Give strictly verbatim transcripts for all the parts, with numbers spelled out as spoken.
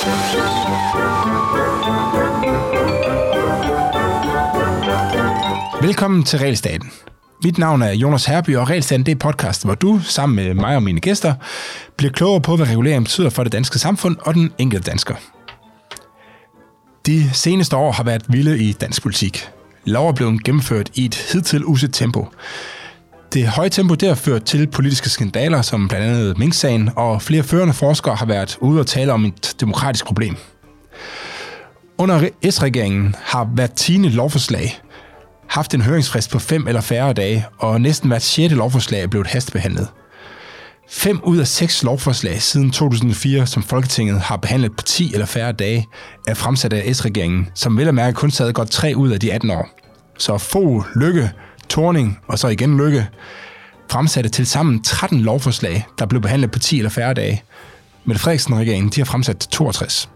Velkommen til Realstaten. Mit navn er Jonas Herby, og Realstaten det er podcast, hvor du, sammen med mig og mine gæster, bliver klogere på, hvad regulering betyder for det danske samfund og den enkelte dansker. De seneste år har været vilde i dansk politik. Lov er blevet gennemført i et hidtil uset tempo. Det høje tempo der har ført til politiske skandaler, som blandt andet Mink-sagen, og flere førende forskere har været ude og tale om et demokratisk problem. Under S-regeringen har hvert tiende lovforslag haft en høringsfrist på fem eller færre dage, og næsten hvert sjette lovforslag er blevet hastebehandlet. Fem ud af seks lovforslag siden to tusind og fire, som Folketinget har behandlet på ti eller færre dage, er fremsat af S-regeringen, som vel at mærke kun sad godt tre ud af de atten år. Så Fogh, Løkke, Thorning og så igen Løkke fremsatte til sammen tretten lovforslag, der blev behandlet på ti eller færre dage. Mette Frederiksen-regeringen, de har fremsat toogtres.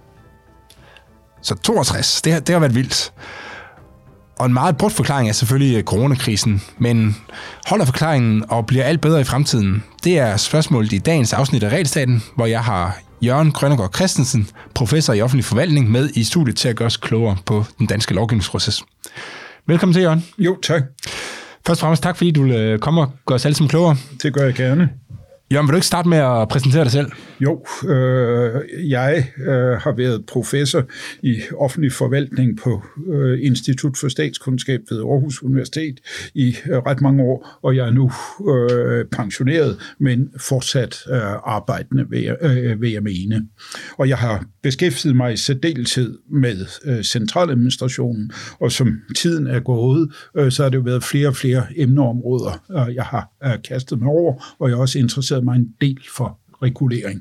Så toogtres, det har, det har været vildt. Og en meget brugt forklaring er selvfølgelig coronakrisen, men holder forklaringen og bliver alt bedre i fremtiden? Det er spørgsmålet i dagens afsnit af Realstaten, hvor jeg har Jørgen Grønnegård Christensen, professor i offentlig forvaltning, med i studiet til at gøre os klogere på den danske lovgivningsproces. Velkommen til, Jørgen. Jo, tak. Først og fremmest tak, fordi du kommer og gør os alle sammen klogere. Det gør jeg gerne. Jørgen, vil du ikke starte med at præsentere dig selv? Jo, øh, jeg øh, har været professor i offentlig forvaltning på øh, Institut for Statskundskab ved Aarhus Universitet i øh, ret mange år, og jeg er nu øh, pensioneret, men fortsat øh, arbejdende, vil jeg, øh, vil jeg mene. Og jeg har beskæftiget mig i særdeleshed med øh, centraladministrationen, og som tiden er gået, øh, så har det jo været flere og flere emneområder, øh, jeg har øh, kastet mig over, og jeg er også interesseret mig en del for regulering.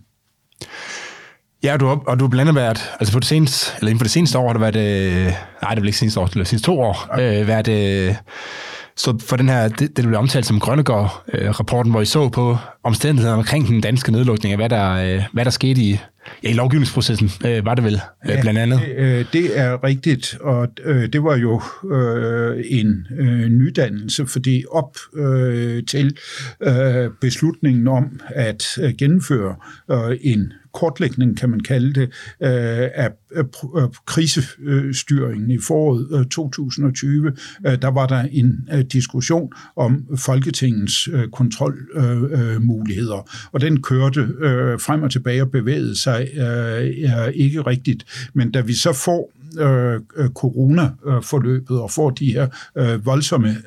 Ja, og du, og du har blandt andet været, altså på det seneste, eller inden for det seneste år har du været, øh, nej, det var ikke seneste år, det var seneste to år, øh, været, øh, så for den her, det, det blev omtalt som Grønnegård-rapporten, øh, hvor I så på omstændighederne omkring den danske nedlukning, af hvad der, øh, hvad der skete i, ja, i lovgivningsprocessen, øh, var det vel, øh, ja, blandt andet? Øh, det er rigtigt, og øh, det var jo øh, en øh, nydannelse, fordi op øh, til øh, beslutningen om at øh, gennemføre øh, en kortlægning, kan man kalde det, øh, af øh, krisestyringen i foråret øh, to tusind og tyve, øh, der var der en øh, diskussion om Folketingets øh, kontrolmuligheder, øh, øh, og den kørte øh, frem og tilbage og bevægede sig øh, ikke rigtigt. Men da vi så får øh, corona-forløbet og får de her øh, voldsomme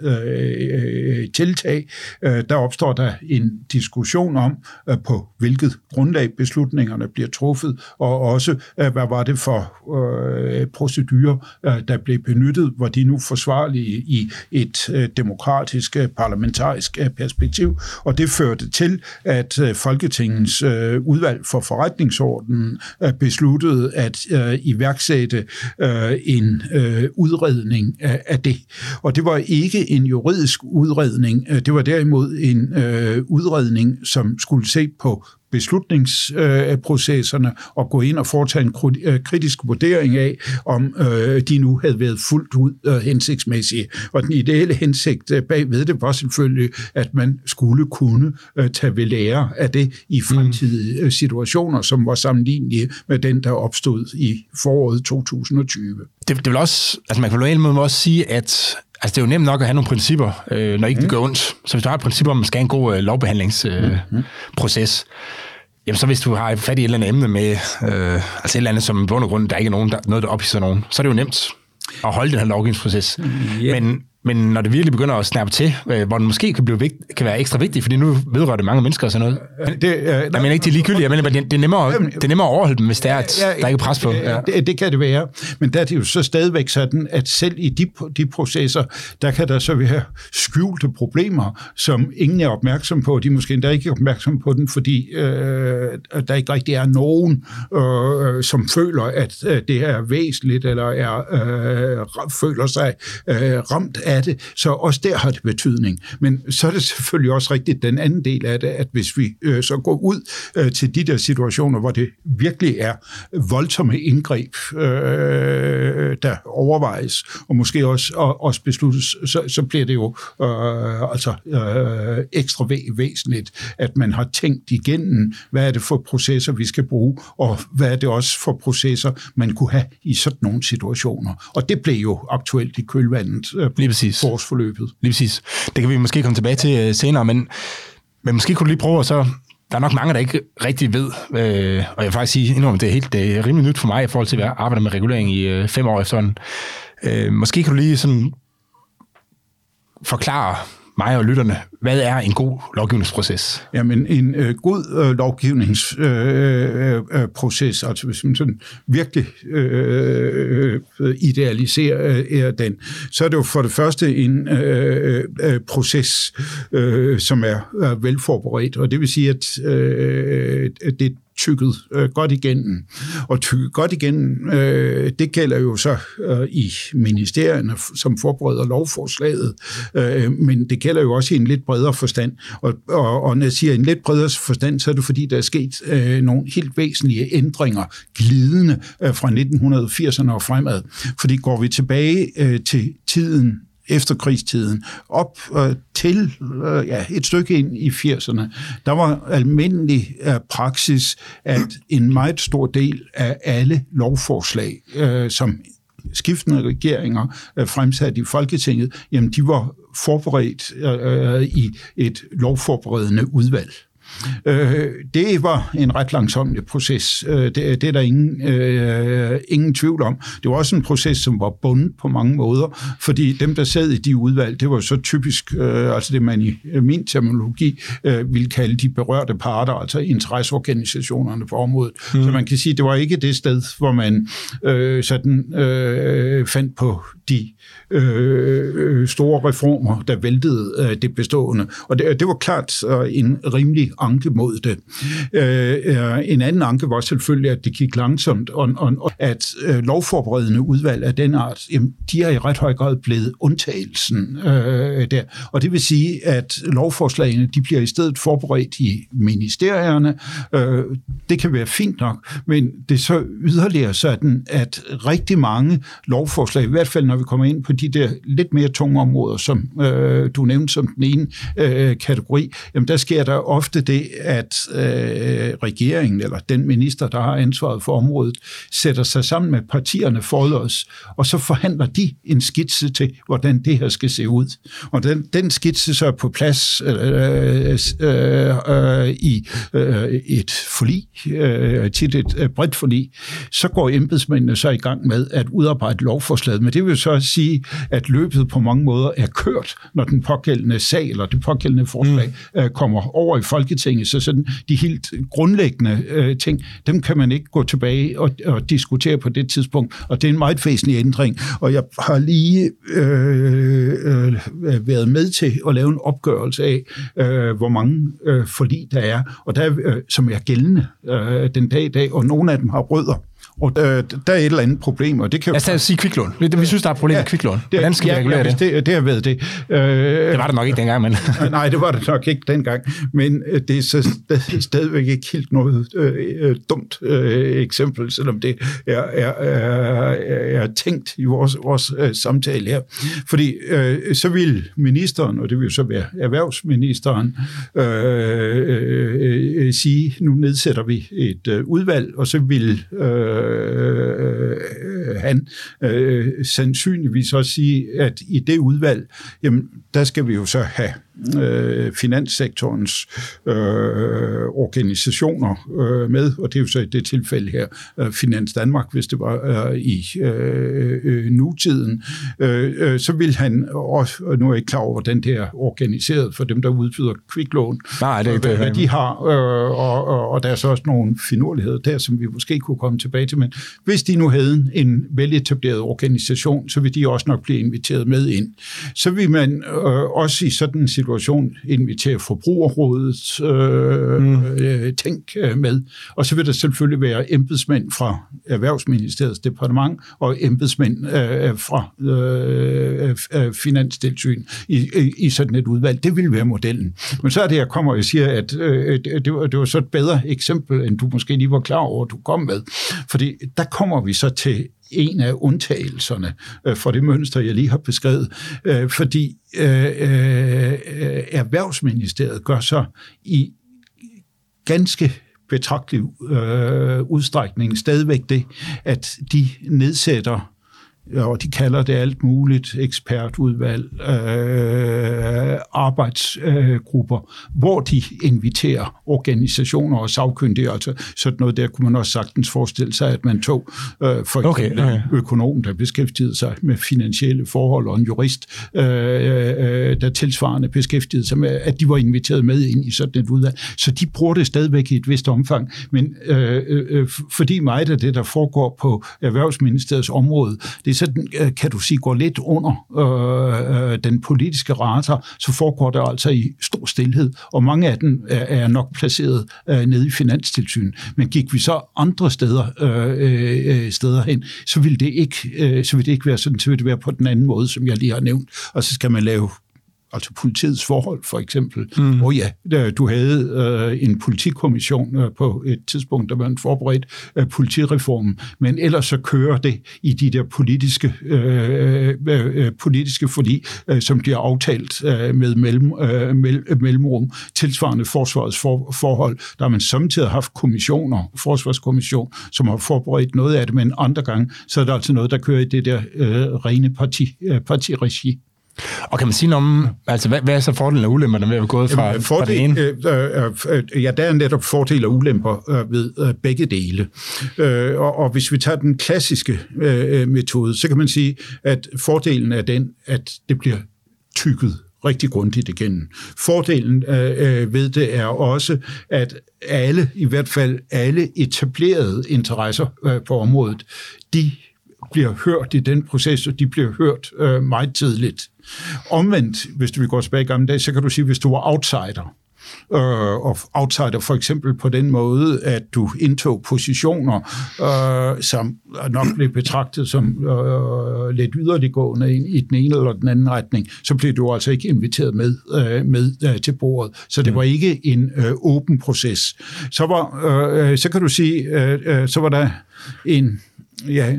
øh, tiltag, øh, der opstår der en diskussion om, øh, på hvilket grundlag beslutningerne bliver truffet, og også, øh, hvad var det for øh, procedurer, øh, der blev benyttet, hvor de nu forsvarlige i et øh, demokratisk, øh, parlamentarisk øh, perspektiv, og det førte til, at øh, Folketingets øh, udvalg for forretningsordenen øh, besluttede at øh, iværksætte øh, en øh, udredning af, af det. Og det var ikke en juridisk udredning, det var derimod en øh, udredning, som skulle se på beslutningsprocesserne øh, og gå ind og foretage en kritisk vurdering af, om øh, de nu havde været fuldt ud øh, hensigtsmæssige. Og den ideelle hensigt øh, bagved det var selvfølgelig, at man skulle kunne øh, tage ved lære af det i fremtidige øh, situationer, som var sammenlignelige med den, der opstod i foråret to tusind og tyve. Det, det vil også, altså man kan jo måde også sige, at altså, det er jo nemt nok at have nogle principper, øh, når ikke mm. det gør ondt. Så hvis du har et princip om, at man skal have en god øh, lovbehandlingsproces, øh, jamen så hvis du har fat i et eller andet emne med, øh, altså et eller andet, som i bund og grund, der ikke er nogen, der, noget, der ophidser nogen, så er det jo nemt at holde den her lovgivningsproces. Yeah. Men, men når det virkelig begynder at snappe til, øh, hvor den måske kan, blive vigt, kan være ekstra vigtig, fordi nu vedrører det mange mennesker og sådan noget. Det, øh, jeg mener ikke, det er ligegyldigt. Jeg mener, det, det, er nemmere, det er nemmere at overholde dem, hvis det er, at der ikke er pres på. Ja. Det, det kan det være. Men der er det jo så stadigvæk sådan, at selv i de, de processer, der kan der så være skjulte problemer, som ingen er opmærksom på. De er måske endda ikke er opmærksom på den, fordi øh, der ikke rigtig er nogen, øh, som føler, at øh, det er væsentligt, eller er, øh, føler sig øh, ramt af af det, så også der har det betydning. Men så er det selvfølgelig også rigtigt den anden del af det, at hvis vi øh, så går ud øh, til de der situationer, hvor det virkelig er voldsomme indgreb, øh, der overvejes, og måske også, og, også besluttes, så, så bliver det jo øh, altså øh, ekstra væ- væsentligt, at man har tænkt igennem, hvad er det for processer, vi skal bruge, og hvad er det også for processer, man kunne have i sådan nogle situationer. Og det blev jo aktuelt i kølvandet øh, på forårsforløbet. Lige præcis. Det kan vi måske komme tilbage til øh, senere, men, men måske kunne du lige prøve at så... Der er nok mange, der ikke rigtig ved, øh, og jeg vil faktisk sige, indrømme, det er helt det er rimelig nyt for mig i forhold til at arbejde med regulering i øh, fem år efterhånden. Øh, måske kan du lige sådan forklare mig og lytterne, hvad er en god lovgivningsproces? Jamen, en øh, god øh, lovgivningsproces, øh, øh, altså hvis man sådan virkelig øh, idealiserer øh, den, så er det jo for det første en øh, øh, proces, øh, som er, er velforberedt, og det vil sige, at øh, det tykket øh, godt igennem. Og tykket godt igennem, øh, det gælder jo så øh, i ministerierne, som forbereder lovforslaget, øh, men det gælder jo også i en lidt bredere forstand. Og, og, og når jeg siger en lidt bredere forstand, så er det fordi, der er sket øh, nogle helt væsentlige ændringer, glidende øh, fra nitten firserne og fremad. Fordi går vi tilbage øh, til tiden efterkrigstiden, op øh, til øh, ja, et stykke ind i firserne, der var almindelig øh, praksis, at en meget stor del af alle lovforslag, øh, som skiftende regeringer øh, fremsat i Folketinget, jamen de var forberedt øh, i et lovforberedende udvalg. Øh, det var en ret langsomlig proces. Øh, det, det er der ingen, øh, ingen tvivl om. Det var også en proces, som var bundet på mange måder, fordi dem, der sad i de udvalg, det var så typisk, øh, altså det man i min terminologi øh, ville kalde de berørte parter, altså interesseorganisationerne på området. Mm. Så man kan sige, det var ikke det sted, hvor man øh, sådan øh, fandt på de øh, store reformer, der væltede øh, det bestående. Og det, det var klart øh, en rimelig anke mod det. Øh, en anden anke var selvfølgelig, at det gik langsomt, og, og, og at øh, lovforberedende udvalg af den art, jamen, de er i ret høj grad blevet undtagelsen øh, der. Og det vil sige, at lovforslagene, de bliver i stedet forberedt i ministerierne. Øh, det kan være fint nok, men det er så yderligere sådan, at rigtig mange lovforslag, i hvert fald når vi kommer ind på de der lidt mere tunge områder, som øh, du nævnte som den ene øh, kategori, jamen der sker der ofte det, at øh, regeringen eller den minister, der har ansvaret for området, sætter sig sammen med partierne for os, og så forhandler de en skitse til, hvordan det her skal se ud. Og den, den skitse så er på plads øh, øh, øh, i øh, et forlig, øh, til et øh, bredt forlig, så går embedsmændene så i gang med at udarbejde lovforslaget. Men det vil så sige, at løbet på mange måder er kørt, når den pågældende sag eller det pågældende forslag mm. øh, kommer over i Folketinget. Så sådan de helt grundlæggende øh, ting, dem kan man ikke gå tilbage og, og diskutere på det tidspunkt. Og det er en meget væsentlig ændring. Og jeg har lige øh, øh, været med til at lave en opgørelse af, øh, hvor mange øh, forlig der er, og der, øh, som er gældende øh, den dag i dag, og nogle af dem har rødder. Og øh, der er et eller andet problem, og det kan jo... Lad os sige kviklån. Vi synes, der er et problem ja, med kviklån. Hvordan skal ja, vi regulere ja, det? det? Det har været det. Øh, det var det nok ikke dengang, men... nej, det var det nok ikke dengang, men det er så stadigvæk ikke helt noget øh, dumt øh, eksempel, selvom det er, er, er, er tænkt i vores, vores øh, samtale her. Fordi øh, så vil ministeren, og det vil jo så være erhvervsministeren, øh, øh, sige, nu nedsætter vi et øh, udvalg, og så vil... Øh, Øh, han øh, sandsynligvis også sige, at i det udvalg, jamen, der skal vi jo så have øh, finanssektorens øh, organisationer øh, med, og det er jo så i det tilfælde her øh, Finans Danmark, hvis det var øh, i øh, øh, nutiden. Øh, øh, så vil han også, og nu er jeg ikke klar over, hvordan det er organiseret for dem, der udbyder kviklån, Nej, det er hvad, hvad de har, øh, og, og, og der er så også nogle finurligheder der, som vi måske kunne komme tilbage til, men hvis de nu havde en en veletableret organisation, så vil de også nok blive inviteret med ind. Så vil man øh, også i sådan en situation invitere Forbrugerrådet øh, mm. øh, tænk øh, med, og så vil der selvfølgelig være embedsmænd fra Erhvervsministeriets departement og embedsmænd øh, fra øh, øh, Finanstilsyn i, i, i sådan et udvalg. Det vil være modellen. Men så er det, jeg kommer og siger, at øh, det, var, det var så et bedre eksempel, end du måske lige var klar over, at du kom med. Fordi der kommer vi så til en af undtagelserne øh, fra det mønster, jeg lige har beskrevet. Øh, fordi øh, øh, Erhvervsministeriet gør så i ganske betragtelig øh, udstrækning stadigvæk det, at de nedsætter, og de kalder det alt muligt, ekspertudvalg, øh, arbejdsgrupper, øh, hvor de inviterer organisationer og sagkyndige. Altså sådan noget der kunne man også sagtens forestille sig, at man tog øh, for eksempel okay, okay. en økonom, der beskæftigede sig med finansielle forhold, og en jurist, øh, øh, der tilsvarende beskæftigede sig med, at de var inviteret med ind i sådan et udvalg. Så de bruger det stadigvæk i et vist omfang. Men øh, øh, fordi meget af det, der foregår på Erhvervsministeriets område, det er sådan, kan du sige, går lidt under øh, den politiske radar, så foregår det altså i stor stilhed, og mange af dem er, er nok placeret øh, nede i Finanstilsynet. Men gik vi så andre steder, øh, øh, steder hen, så ville det ikke, øh, så ville det ikke være sådan, så ville det være på den anden måde, som jeg lige har nævnt, og så skal man lave altså politiets forhold, for eksempel. Mm. Og ja, du havde øh, en politikommission øh, på et tidspunkt, der var en forberedt øh, politireform, men ellers så kører det i de der politiske, øh, øh, politiske forlig, øh, som bliver aftalt øh, med mellem, øh, mellemrum, tilsvarende forsvarets for, forhold. Der har man samtidig haft kommissioner, forsvarskommission, som har forberedt noget af det, men andre gange, så er der altså noget, der kører i det der øh, rene parti, øh, partiregi. Og kan man sige noget om, altså hvad, hvad er så fordelen og ulemperne ved at gå fra, Jamen, fordel, fra det ene? Øh, øh, ja, der er netop fordele og ulemper øh, ved øh, begge dele. Øh, og, og hvis vi tager den klassiske øh, metode, så kan man sige, at fordelen er den, at det bliver tykket rigtig grundigt igennem. Fordelen øh, ved det er også, at alle, i hvert fald alle etablerede interesser øh, på området, de bliver hørt i den proces, og de bliver hørt øh, meget tidligt. Omvendt, hvis du vil gå tilbage i gamle dage, så kan du sige, hvis du var outsider, øh, og outsider for eksempel på den måde, at du indtog positioner, øh, som nok blev betragtet som øh, lidt yderliggående i den ene eller den anden retning, så blev du altså ikke inviteret med, øh, med øh, til bordet. Så det var ikke en øh, åben proces. Så, var, øh, så kan du sige, øh, øh, så var der en Ja,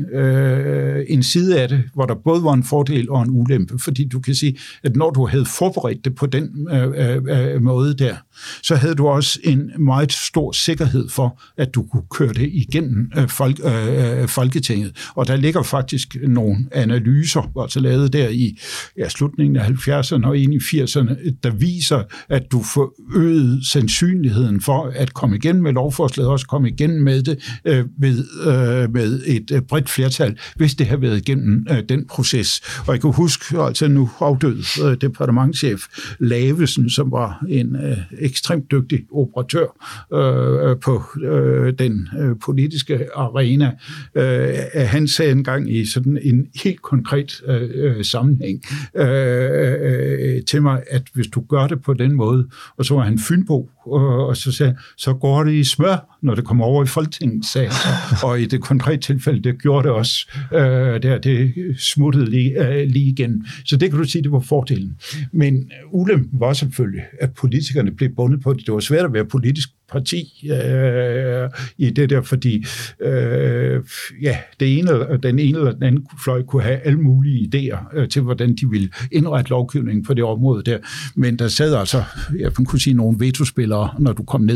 øh, en side af det, hvor der både var en fordel og en ulempe, fordi du kan sige, at når du havde forberedt det på den øh, øh, måde der, så havde du også en meget stor sikkerhed for, at du kunne køre det igennem øh, folk, øh, Folketinget. Og der ligger faktisk nogle analyser, altså lavet der i ja, slutningen af halvfjerdserne og ind i firserne, der viser, at du forøgede sandsynligheden for at komme igen med lovforslaget, også komme igen med det øh, med, øh, med et bredt flertal, hvis det har været igennem øh, den proces. Og jeg kan huske, altså nu afdød øh, departementschef Lavesen, som var en øh, ekstremt dygtig operatør øh, på øh, den øh, politiske arena. Øh, han sagde engang i sådan en helt konkret øh, sammenhæng øh, øh, til mig, at hvis du gør det på den måde, og så var han fynbo, og, og så sagde så går det i smør, når det kommer over i Folketinget, sagde han. Og i det konkrete tilfælde, det gjorde det også. Øh, der, det smuttede lige, øh, lige igen. Så det kan du sige, det var fordelen. Men ulempen var selvfølgelig, at politikerne blev bundet på det. Det var svært at være politisk parti øh, i det der, fordi øh, ja, det ene, den ene eller den anden fløj kunne have alle mulige idéer øh, til, hvordan de ville indrette lovgivningen på det område der. Men der sad altså, jeg kunne sige, nogle vetospillere, når du kom ned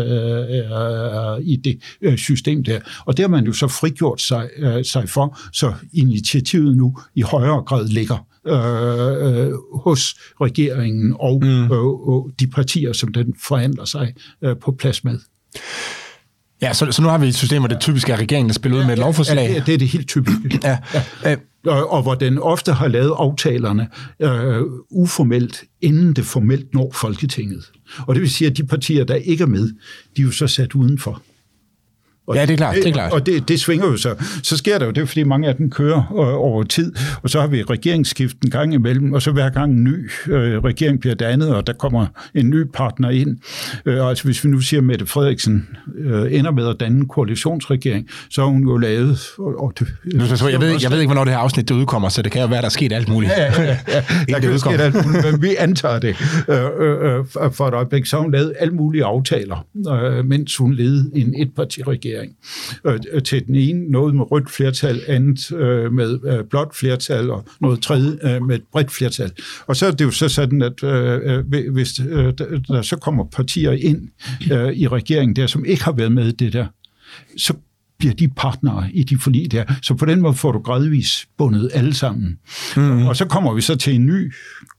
øh, øh, i det øh, system der. Og der har man jo så frigjort sig, øh, sig for, så initiativet nu i højere grad ligger Øh, øh, hos regeringen og, mm. øh, og de partier, som den forhandler sig øh, på plads med. Ja, så, så nu har vi et system, hvor det typisk er regeringen, der spiller ud med et lovforslag. Ja, det er det helt typiske. Ja. Ja. Og, og hvor den ofte har lavet aftalerne øh, uformelt, inden det formelt når Folketinget. Og det vil sige, at de partier, der ikke er med, de er jo så sat udenfor. Og ja, det er klart. Det, det, er klart. Og det, det svinger jo så. Så sker der jo det, fordi mange af dem kører øh, over tid, og så har vi regeringsskift en gang imellem, og så hver gang en ny øh, regering bliver dannet, og der kommer en ny partner ind. Øh, altså hvis vi nu siger, at Mette Frederiksen øh, ender med at danne en koalitionsregering, så har hun jo lavet... Og, og det, nu, så, jeg, ved, jeg ved ikke, hvornår det her afsnit det udkommer, så det kan jo være, der er sket alt muligt. Ja, ja, ja. ja. Der kan jo ske alt muligt, men vi antager det øh, øh, for et øjeblik. Så har hun lavet alle mulige aftaler, øh, mens hun ledede en etpartiregering. Øh, til den ene noget med rødt flertal, andet øh, med øh, blåt flertal, og noget tredje øh, med et bredt flertal. Og så er det jo så sådan, at øh, hvis øh, der så kommer partier ind øh, i regeringen der, som ikke har været med i det der, så bliver de partnere i de forlig der. Så på den måde får du gradvist bundet alle sammen. Mm-hmm. Og så kommer vi så til en ny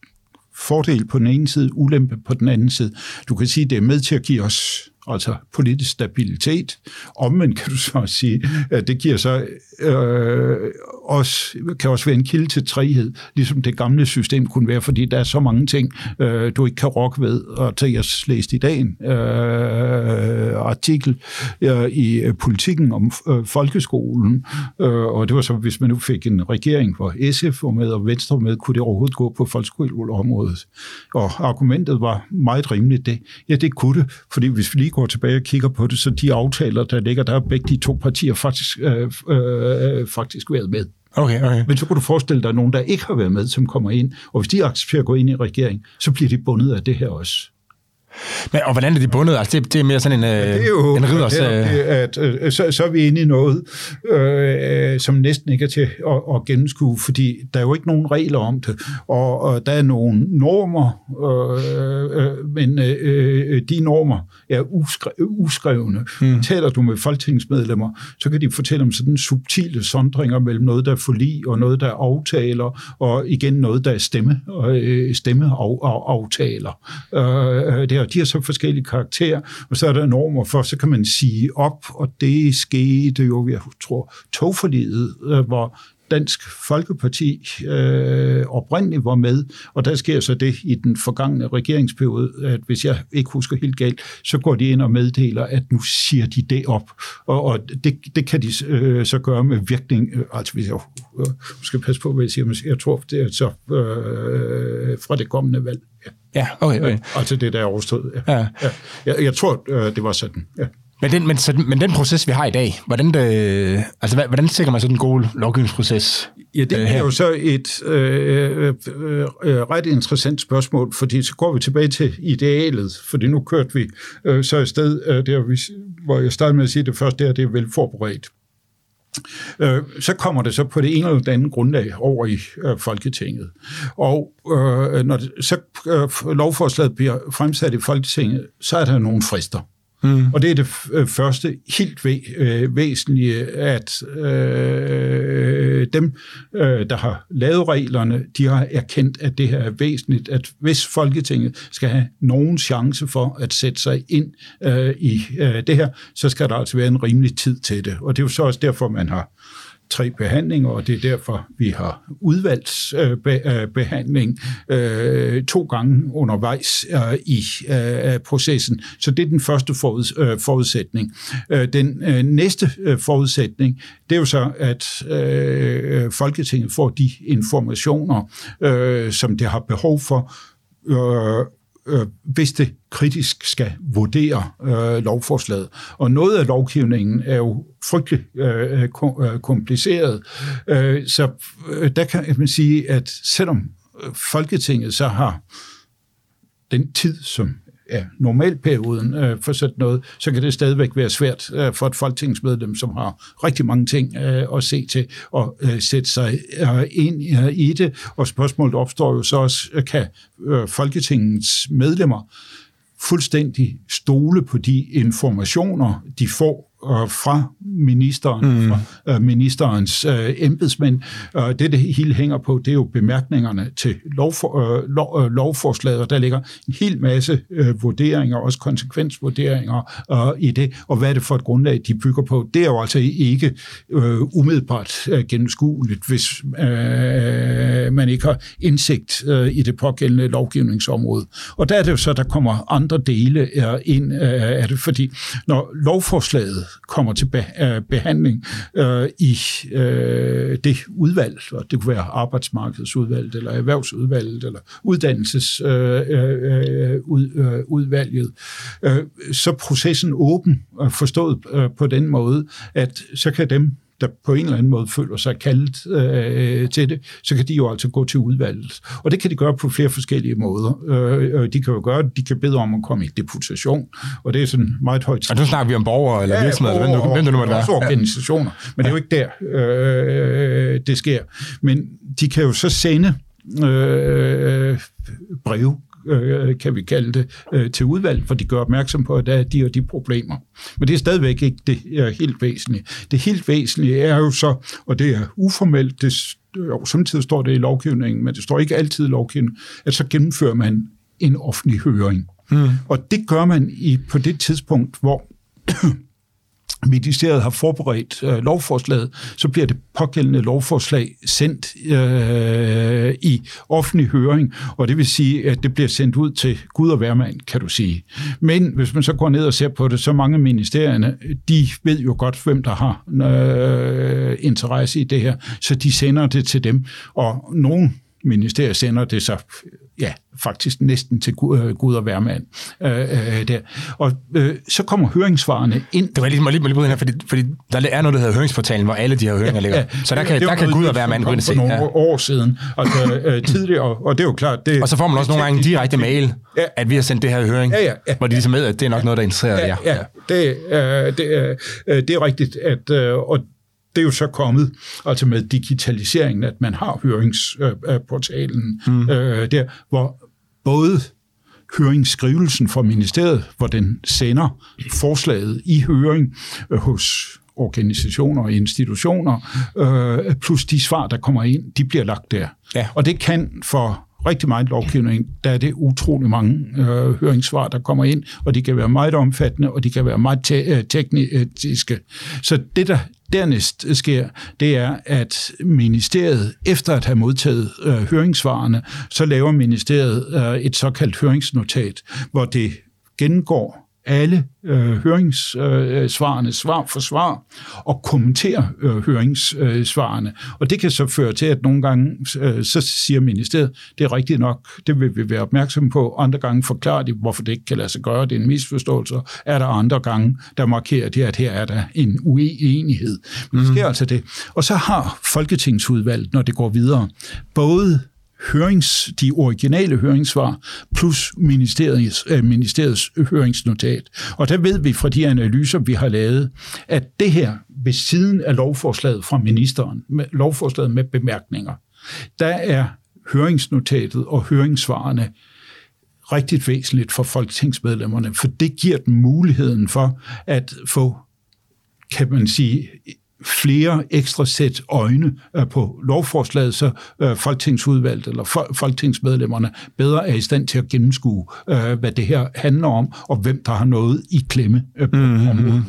fordel på den ene side, ulempe på den anden side. Du kan sige, at det er med til at give os altså politisk stabilitet. Omvendt kan du så sige, at det giver så øh, også, kan også være en kilde til træghed, ligesom det gamle system kunne være, fordi der er så mange ting, øh, du ikke kan rokke ved. Og til jeg læste i dag en øh, artikel øh, i Politikken om øh, folkeskolen, øh, og det var så, hvis man nu fik en regering, hvor S F var med og Venstre var med, kunne det overhovedet gå på folkeskoleområdet. Og argumentet var meget rimeligt det. Ja, det kunne det, fordi hvis vi lige går tilbage og kigger på det, så de aftaler, der ligger, der er begge de to partier faktisk, øh, øh, faktisk været med. Okay, okay. Men så kunne du forestille dig nogen, der ikke har været med, som kommer ind, og hvis de accepterer at gå ind i regering, så bliver de bundet af det her også. Men, og hvordan er de bundet? Altså, det, det er mere sådan en, øh, det er jo, en ridders... Det er, at, øh, så, så er vi inde i noget, øh, som næsten ikke er til at, at gennemskue, fordi der er jo ikke nogen regler om det, og, og der er nogle normer, øh, øh, men øh, de normer er uskre, uskrevne. Mm. Taler du med folketingsmedlemmer, så kan de fortælle om sådan subtile sondringer mellem noget, der er forlig, og noget, der er aftaler, og igen noget, der er stemme, øh, stemmeaftaler. Øh, det de har så forskellige karakterer, og så er der normer for, så kan man sige op, og det skete jo, jeg tror, togforliget, hvor Dansk Folkeparti øh, oprindeligt var med, og der sker så det i den forgangne regeringsperiode, at hvis jeg ikke husker helt galt, så går de ind og meddeler, at nu siger de det op, og, og det, det kan de øh, så gøre med virkning, øh, altså hvis jeg øh, skal passe på, hvad jeg siger, men jeg tror, det er så øh, fra det kommende valg. Ja. Ja, okay, okay. Altså det, der er overstået. Ja. Ja. Ja. Jeg, jeg tror, øh, det var sådan, ja. Men den, men, så, men den proces, vi har i dag, hvordan, det, altså, hvordan sikrer man så den gode lovgivningsproces? Ja, det er øh, jo så et øh, øh, øh, ret interessant spørgsmål, fordi så går vi tilbage til idealet, fordi nu kørte vi øh, så et sted, øh, der, hvor jeg startede med at sige det første, der, det er velforberedt. Øh, så kommer det så på det ene eller det andet grundlag over i øh, Folketinget. Og øh, når det, så øh, lovforslaget bliver fremsat i Folketinget, så er der nogle frister. Mm. Og det er det f- første helt væ- øh, væsentlige, at øh, dem, øh, der har lavet reglerne, de har erkendt, at det her er væsentligt, at hvis Folketinget skal have nogen chance for at sætte sig ind øh, i øh, det her, så skal der altså være en rimelig tid til det. Og det er jo så også derfor, man har tre behandlinger, og det er derfor, vi har udvalgsbehandling øh, to gange undervejs øh, i øh, processen. Så det er den første forud, øh, forudsætning. Øh, den øh, næste øh, forudsætning, det er jo så, at øh, Folketinget får de informationer, øh, som det har behov for, øh, øh, hvis det kritisk skal vurdere øh, lovforslaget. Og noget af lovgivningen er jo frygtelig øh, kompliceret. Øh, så øh, der kan man sige, at selvom Folketinget så har den tid, som er normalperioden øh, for sådan noget, så kan det stadigvæk være svært øh, for et folketingsmedlem, som har rigtig mange ting øh, at se til, og øh, sætte sig øh, ind øh, i det. Og spørgsmålet opstår jo så også, kan øh, Folketingets medlemmer fuldstændig stole på de informationer, de får øh, fra ministeren, mm. fra øh, ministerens øh, embedsmænd. Øh, det, det hele hænger på, det er jo bemærkningerne til lovfor, øh, lov, øh, lovforslaget, og der ligger en hel masse øh, vurderinger, også konsekvensvurderinger øh, i det, og hvad er det for et grundlag, de bygger på. Det er jo altså ikke øh, umiddelbart øh, gennemskueligt, hvis øh, man ikke har indsigt øh, i det pågældende lovgivningsområde. Og der er det jo så, der kommer andre dele øh, ind øh, af det, fordi når lovforslaget kommer til behandling øh, i øh, det udvalg, og det kunne være arbejdsmarkedsudvalget, eller erhvervsudvalget, eller uddannelsesudvalget, øh, øh, så processen åben, forstået øh, på den måde, at så kan dem, der på en eller anden måde føler sig kaldt øh, til det, så kan de jo altså gå til udvalget. Og det kan de gøre på flere forskellige måder. Øh, de kan jo gøre det, de kan bede om at komme i deputation, og det er sådan meget højt. Og nu snakker vi om borgere eller virksomheder, ja, eller hvem det nu måtte være. Også organisationer, men det er jo ikke der, øh, det sker. Men de kan jo så sende øh, breve, kan vi kalde det, til udvalg, for de gør opmærksom på, at der er de og de problemer. Men det er stadigvæk ikke det helt væsentlige. Det helt væsentlige er jo så, og det er uformelt, det, jo, samtidig står det i lovgivningen, men det står ikke altid i lovgivningen, at så gennemfører man en offentlig høring. Mm. Og det gør man i, på det tidspunkt, hvor ministeriet har forberedt øh, lovforslaget, så bliver det pågældende lovforslag sendt øh, i offentlig høring, og det vil sige, at det bliver sendt ud til Gud og hvermand, kan du sige. Men hvis man så går ned og ser på det, så mange ministerierne, de ved jo godt, hvem der har øh, interesse i det her, så de sender det til dem, og nogle ministerier sender det så ja, faktisk næsten til Gud og hvermand. Øh, øh, der. Og øh, så kommer høringssvarene ind. Det var lige, lige, lige her, fordi, fordi der er noget, der hedder høringsportalen, hvor alle de her høringer ja, ligger. Ja, så der kan, der kan Gud og hvermand gå ind og se. Det var nogle ja. år siden, altså øh, tidligere, og det er jo klart. Det, og så får man også nogle gange en direkte mail, ja. at vi har sendt det her høring, ja, ja, ja, hvor de ligesom ved, at det er nok noget, der interesserer jer. Ja, ja, ja. Det, øh, det, øh, det er rigtigt, at øh, og det er jo så kommet, altså med digitaliseringen, at man har høringsportalen mm. øh, der, hvor både høringsskrivelsen fra ministeriet, hvor den sender forslaget i høring øh, hos organisationer og institutioner, øh, plus de svar, der kommer ind, de bliver lagt der. Ja. Og det kan for rigtig meget lovgivning, der er det utrolig mange øh, høringssvar, der kommer ind, og de kan være meget omfattende, og de kan være meget te- tekniske. Så det, der dernæst sker, det er, at ministeriet, efter at have modtaget øh, høringssvarene, så laver ministeriet øh, et såkaldt høringsnotat, hvor det gennemgår alle øh, høringssvarene, øh, svar for svar, og kommenterer øh, høringssvarene. Og det kan så føre til, at nogle gange, øh, så siger ministeriet, det er rigtigt nok, det vil vi være opmærksom på. Andre gange forklarer de, hvorfor det ikke kan lade sig gøre, det er en misforståelse. Er der andre gange, der markerer det, at her er der en uenighed. Men det sker mm. altså det. Og så har Folketingsudvalget, når det går videre, både hørings, de originale høringssvar plus ministeriets, øh, ministeriets høringsnotat. Og der ved vi fra de analyser, vi har lavet, at det her ved siden af lovforslaget fra ministeren, med, lovforslaget med bemærkninger, der er høringsnotatet og høringssvarene rigtig væsentligt for folketingsmedlemmerne, for det giver dem muligheden for at få, kan man sige, flere ekstra sæt øjne øh, på lovforslaget, så øh, folketingsudvalget eller fol- folketingsmedlemmerne bedre er i stand til at gennemskue, øh, hvad det her handler om, og hvem der har noget i klemme øh, på mm-hmm. området.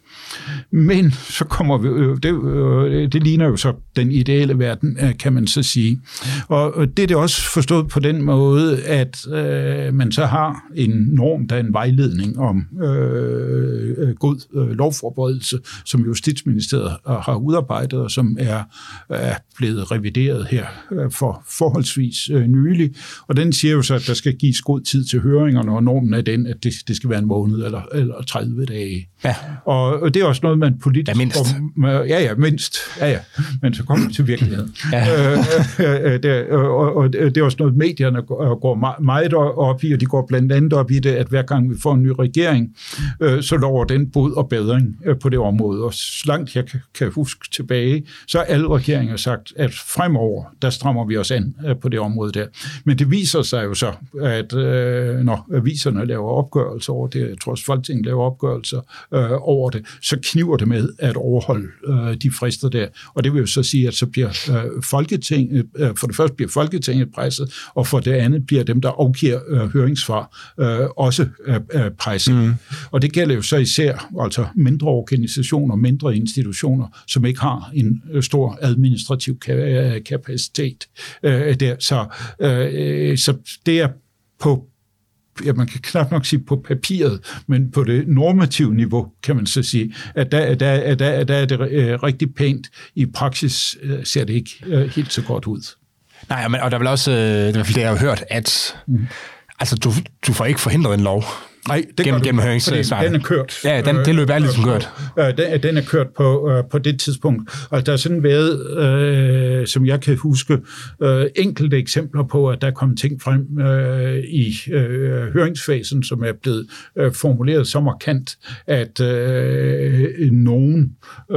Men så kommer vi, øh, det, øh, det ligner jo så den ideelle verden, øh, kan man så sige. Og det er det også forstået på den måde, at øh, man så har en norm, der er en vejledning om øh, god øh, lovforberedelse, som Justitsministeriet har udarbejdet, og som er, er blevet revideret her øh, for forholdsvis øh, nylig. Og den siger jo så, at der skal gives god tid til høringerne, og normen er den, at det, det skal være en måned eller, eller tredive dage. Ja. Og det er også noget, man politisk... Ja, mindst. Om, ja, ja, mindst. Ja, ja. Men så kommer vi til virkeligheden. Ja. øh, øh, det, og, og det er også noget, medierne går, går meget op i, og de går blandt andet op i det, at hver gang vi får en ny regering, øh, så lover den bod og bedring øh, på det område. Og så langt jeg kan, kan huske tilbage, så har alle regeringer sagt, at fremover, der strammer vi os an øh, på det område der. Men det viser sig jo så, at øh, når aviserne laver opgørelser over det, jeg tror også Folketinget laver opgørelser øh, over det, så kniver det med at overholde øh, de frister der. Og det vil jo så sige, at så bliver øh, Folketinget, øh, for det første bliver Folketinget presset, og for det andet bliver dem, der afgiver øh, høringssvar, øh, også øh, presset. Mm. Og det gælder jo så især altså mindre organisationer, mindre institutioner, som ikke har en øh, stor administrativ ka- kapacitet øh, der. Så, øh, så det er på ja, man kan knap nok sige på papiret, men på det normative niveau, kan man så sige, at der, der, der, der er det øh, rigtig pænt. I praksis øh, ser det ikke øh, helt så godt ud. Nej, men, og der er vel også, øh, det er, det jeg har hørt, at mm. altså, du, du får ikke forhindret en lov. Nej, det gennem, gennem den er kørt. Ja, den, det løb er ligesom kørt. Den, den er kørt på, på det tidspunkt. Og der har sådan været, øh, som jeg kan huske, øh, enkelte eksempler på, at der kom ting frem øh, i øh, høringsfasen, som er blevet øh, formuleret så markant, at øh, nogen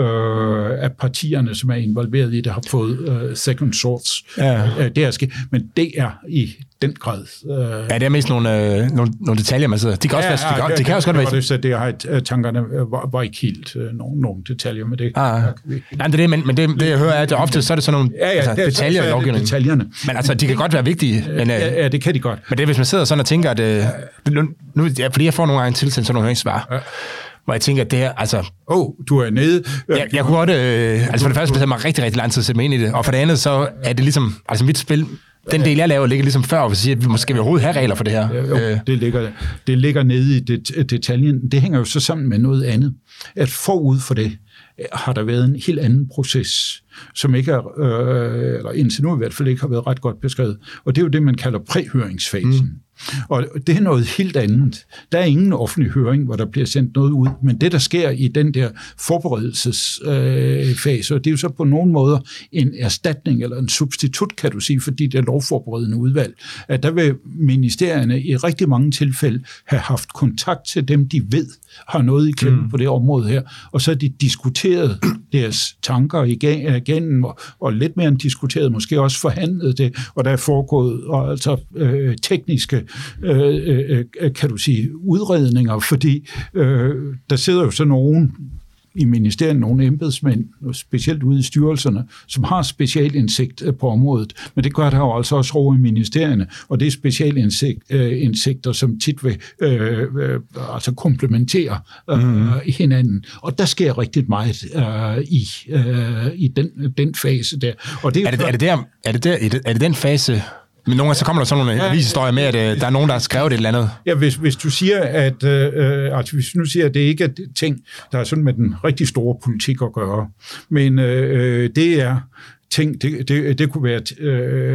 øh, af partierne, som er involveret i det, har fået øh, second thoughts. Ja. Øh, det er sket. Men det er i den grad. Øh, ja, det er mest nogle, øh, nogle, nogle detaljer, man sidder. De kan også, ja, være, de, ja, de kan også godt være... Det, så det har uh, tankerne var, var ikke helt uh, nogen, nogen detaljer med det. Ah, nej, det er det, men, men det, det jeg hører er, at ofte så er det sådan nogle ja, ja, altså, det, detaljer i lovgivningen. Detaljerne. Men altså, de kan godt være vigtige. Men, ja, ja, det kan de godt. Men det er, hvis man sidder sådan og tænker, at... Øh, nu, nu, ja, fordi jeg får nogle gange tilsendt sådan nogle høringssvar, ja. Hvor jeg tænker, at det her, altså... Åh, oh, du er nede. Jeg, jeg kunne godt... Øh, altså for det første, det mig rigtig, rigtig lang tid at sætte mig ind i det, og for det andet, så er det ligesom... Altså mit spil... Den del, jeg laver, ligger ligesom før, hvis jeg siger, at vi måske overhovedet have regler for det her. Jo, det, ligger, det ligger nede i det, detaljen. Det hænger jo så sammen med noget andet. At forud for det har der været en helt anden proces, som ikke er, øh, eller indtil nu i hvert fald ikke har været ret godt beskrevet. Og det er jo det, man kalder præhøringsfasen. Mm. Og det er noget helt andet. Der er ingen offentlig høring, hvor der bliver sendt noget ud, men det, der sker i den der forberedelsesfase, øh, og det er jo så på nogen måder en erstatning eller en substitut, kan du sige, fordi det er lovforberedende udvalg, at der vil ministerierne i rigtig mange tilfælde have haft kontakt til dem, de ved har noget i klemme mm. på det område her, og så har de diskuteret deres tanker igen, og, og lidt mere end diskuteret, måske også forhandlet det, og der er foregået og altså øh, tekniske øh, øh, kan du sige, udredninger, fordi øh, der sidder jo så nogen i ministeriet, nogle embedsmænd, specielt ude i styrelserne, som har specialindsigt på området. Men det gør der jo altså også over i ministerierne, og det er specialindsigter, som tit vil øh, øh, altså komplementere øh, mm. hinanden. Og der sker rigtig meget øh, i, øh, i den, den fase der. Og det er, er, det, er, det der, er, det der, er det den fase... Men nogle gange så kommer der sådan nogle ja, avishistorier med, at øh, der er nogen, der har skrevet et eller andet. Ja, hvis, hvis du siger, at øh, altså hvis nu siger, at det ikke er ting, der er sådan med den rigtig store politik at gøre, men øh, det er ting, det, det, det kunne være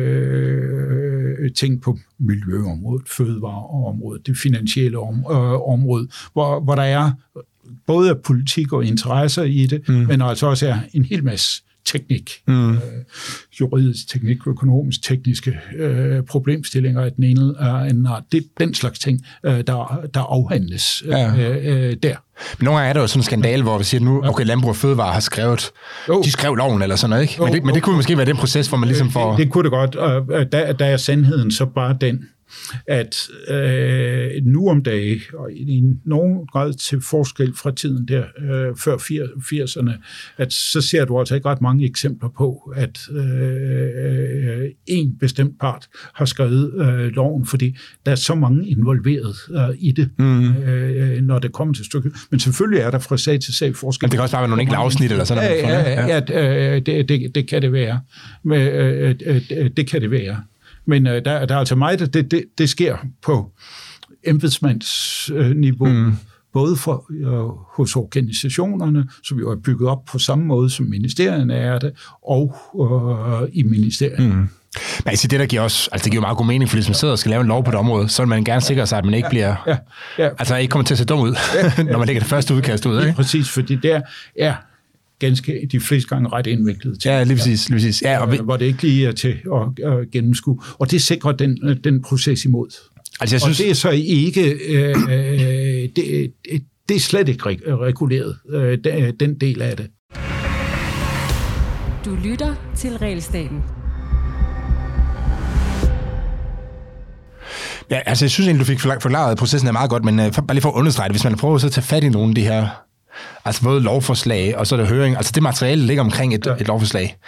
øh, ting på miljøområdet, fødevareområdet, det finansielle om, øh, område, hvor, hvor der er både politik og interesser i det, mm. men altså også er en hel masse teknik, mm. øh, juridisk teknik, økonomisk tekniske øh, problemstillinger af den ene eller anden art. Det er den slags ting, øh, der, der afhandles ja. øh, der. Men nogle gange er der jo sådan en skandale, hvor vi siger, nu okay, Landbrug og Fødevare har skrevet, jo. de skrev loven eller sådan noget, ikke? Men det, men det kunne måske være den proces, hvor man ligesom får... Det, det kunne det godt, og der, der er sandheden så bare den, at øh, nu om dagen, og i nogen grad til forskel fra tiden der øh, før firserne, at så ser du altså ikke ret mange eksempler på, at øh, en bestemt part har skrevet øh, loven, fordi der er så mange involveret øh, i det, mm. øh, når det kommer til stykket. Men selvfølgelig er der fra sag til sag forskel. Men det kan også bare være nogle enkelte afsnit eller sådan noget. Ja, ja, ja, ja det, det, det kan det være. Men, øh, det kan det være. Men øh, der, der er altså meget, det, det, det sker på embedsmandsniveau, øh, mm. både for, øh, hos organisationerne, som jo er bygget op på samme måde, som ministerierne er det, og øh, i ministeriet. Mm. Men altså det, der giver også, altså det giver meget god mening, fordi hvis man sidder og skal lave en lov på det område, så vil man gerne sikre sig, at man ikke bliver, ja, ja, ja. altså ikke kommer til at se dum ud, ja, ja. når man lægger det første udkast ud. Ikke? Præcis, fordi der er ganske de fleste gange ret indviklet til. Ja, lige præcis. Lige præcis. Ja, og vi... hvor det ikke lige er til at, at gennemskue. Og det sikrer den, den proces imod. Altså, jeg synes... Og det er så ikke... Øh, det, det er slet ikke reguleret, øh, den del af det. Du lytter til Regelstaten. Ja, altså jeg synes egentlig, du fik forklaret, at processen er meget godt, men uh, bare lige for at understrege det, hvis man prøver så at tage fat i nogle af de her, altså både lovforslag, og så er der høring, altså det materiale, der ligger omkring et, ja. et lovforslag,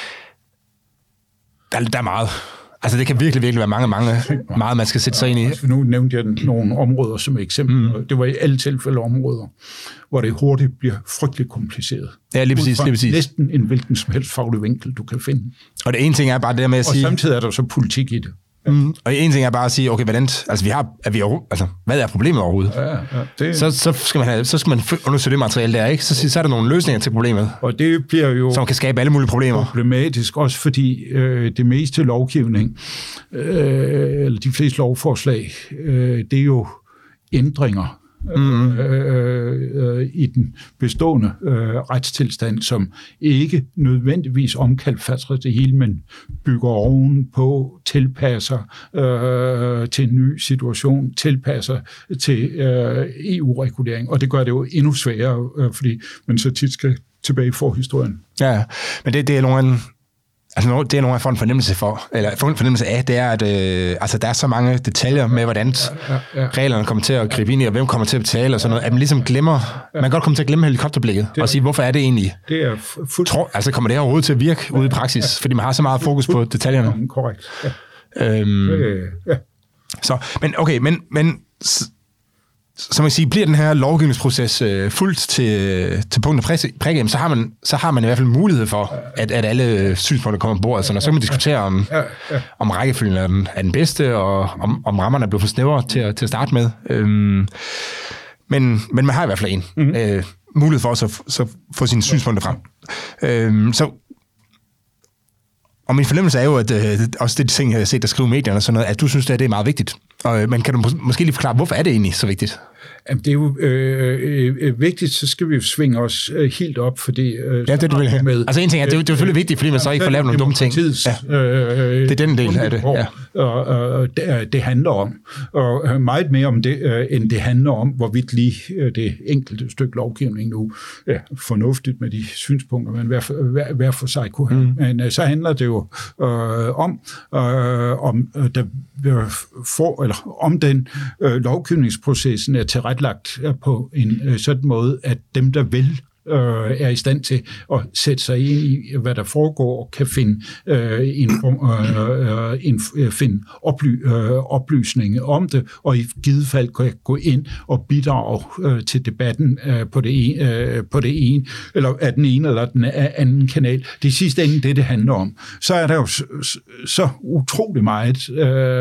der, der er meget. Altså det kan virkelig, virkelig være mange, mange, meget, man skal sætte sig ind i. Altså, nu nævnte jeg nogle områder som eksempel. Mm. Det var i alle tilfælde områder, hvor det hurtigt bliver frygteligt kompliceret. Ja, lige præcis, lige præcis. Næsten en hvilken som helst faglig vinkel, du kan finde. Og det ene ting er bare det der med at og sige... Og samtidig er der så politik i det. Mm, og en ting er bare at sige, okay, hvordan, altså vi har, er vi, altså, hvad er problemet overhovedet? Ja, ja, det... så, så, skal man have, så skal man undersøge det materiale der, ikke? Så, så er der nogle løsninger til problemet, og det bliver jo som kan skabe alle mulige problemer. Problematisk, også fordi øh, det meste lovgivning, øh, eller de fleste lovforslag, øh, det er jo ændringer mm-hmm. øh, øh, i den bestående øh, retstilstand, som ikke nødvendigvis omkalfatrer det hele, men bygger ovenpå, tilpasser øh, til en ny situation, tilpasser til øh, E U-regulering, og det gør det jo endnu sværere, øh, fordi man så tit skal tilbage i forhistorien. Ja, men det, det er nogle Altså, det er noget, jeg får en fornemmelse for, eller får en fornemmelse af, det er, at øh, altså, der er så mange detaljer med, hvordan ja, ja, ja. reglerne kommer til at gribe ind i, og hvem kommer til at betale, og sådan noget, at man ligesom glemmer, ja. man kan godt komme til at glemme helikopterblikket, det er, og sige, hvorfor er det egentlig? Det er fuldt... Tror, altså, kommer det her overhovedet til at virke ja, ude i praksis, ja. fordi man har så meget fokus på detaljerne. Ja, korrekt. Ja. Øhm, ja. Så, men okay, men... men så man kan sige, bliver den her lovgivningsproces øh, fuldt til, til punkt og prikke, så har man så har man i hvert fald mulighed for, at, at alle synspunkter kommer på bordet. Så, og så kan man diskutere, om, ja, ja. om rækkefølgen er den, er den bedste, og om, om rammerne er blevet for snævre til, til at starte med. Øhm, men, men man har i hvert fald en mm-hmm. øh, mulighed for at så, så få sine synspunkter frem. Øhm, så og min fornemmelse er jo, at øh, også det ting, jeg har set, der skriver i medierne og sådan noget, at du synes, at det er meget vigtigt. Og, men kan du mås- måske lige forklare, hvorfor er det egentlig så vigtigt? Jamen, det er jo øh, øh, vigtigt, så skal vi jo svinge os øh, helt op, fordi... Øh, ja, det du vil have. Med, altså en ting er, det er, det er selvfølgelig vigtigt, fordi man så ikke får lavet nogle dumme ting. Ja. Øh, det er den del af det, ja. Og, og det, det handler om, og meget mere om det, øh, end det handler om, hvorvidt lige øh, det enkelte stykke lovgivning nu er ja, fornuftigt med de synspunkter, man hver for, hver, hver for sig kunne have. Mm. Men øh, så handler det jo øh, om, øh, om, øh, der, for, eller, om den øh, lovgivningsprocessen er tilrettelagt på en øh, sådan måde, at dem, der vil, øh, er i stand til at sætte sig ind i, hvad der foregår, og kan finde, øh, inform, øh, inf, finde oply, øh, oplysninger om det, og i givet fald kan gå ind og bidrage øh, til debatten øh, på, det ene, øh, på det ene, eller af den ene eller den anden kanal. Det er sidste ende det, det handler om. Så er der jo så, så utrolig meget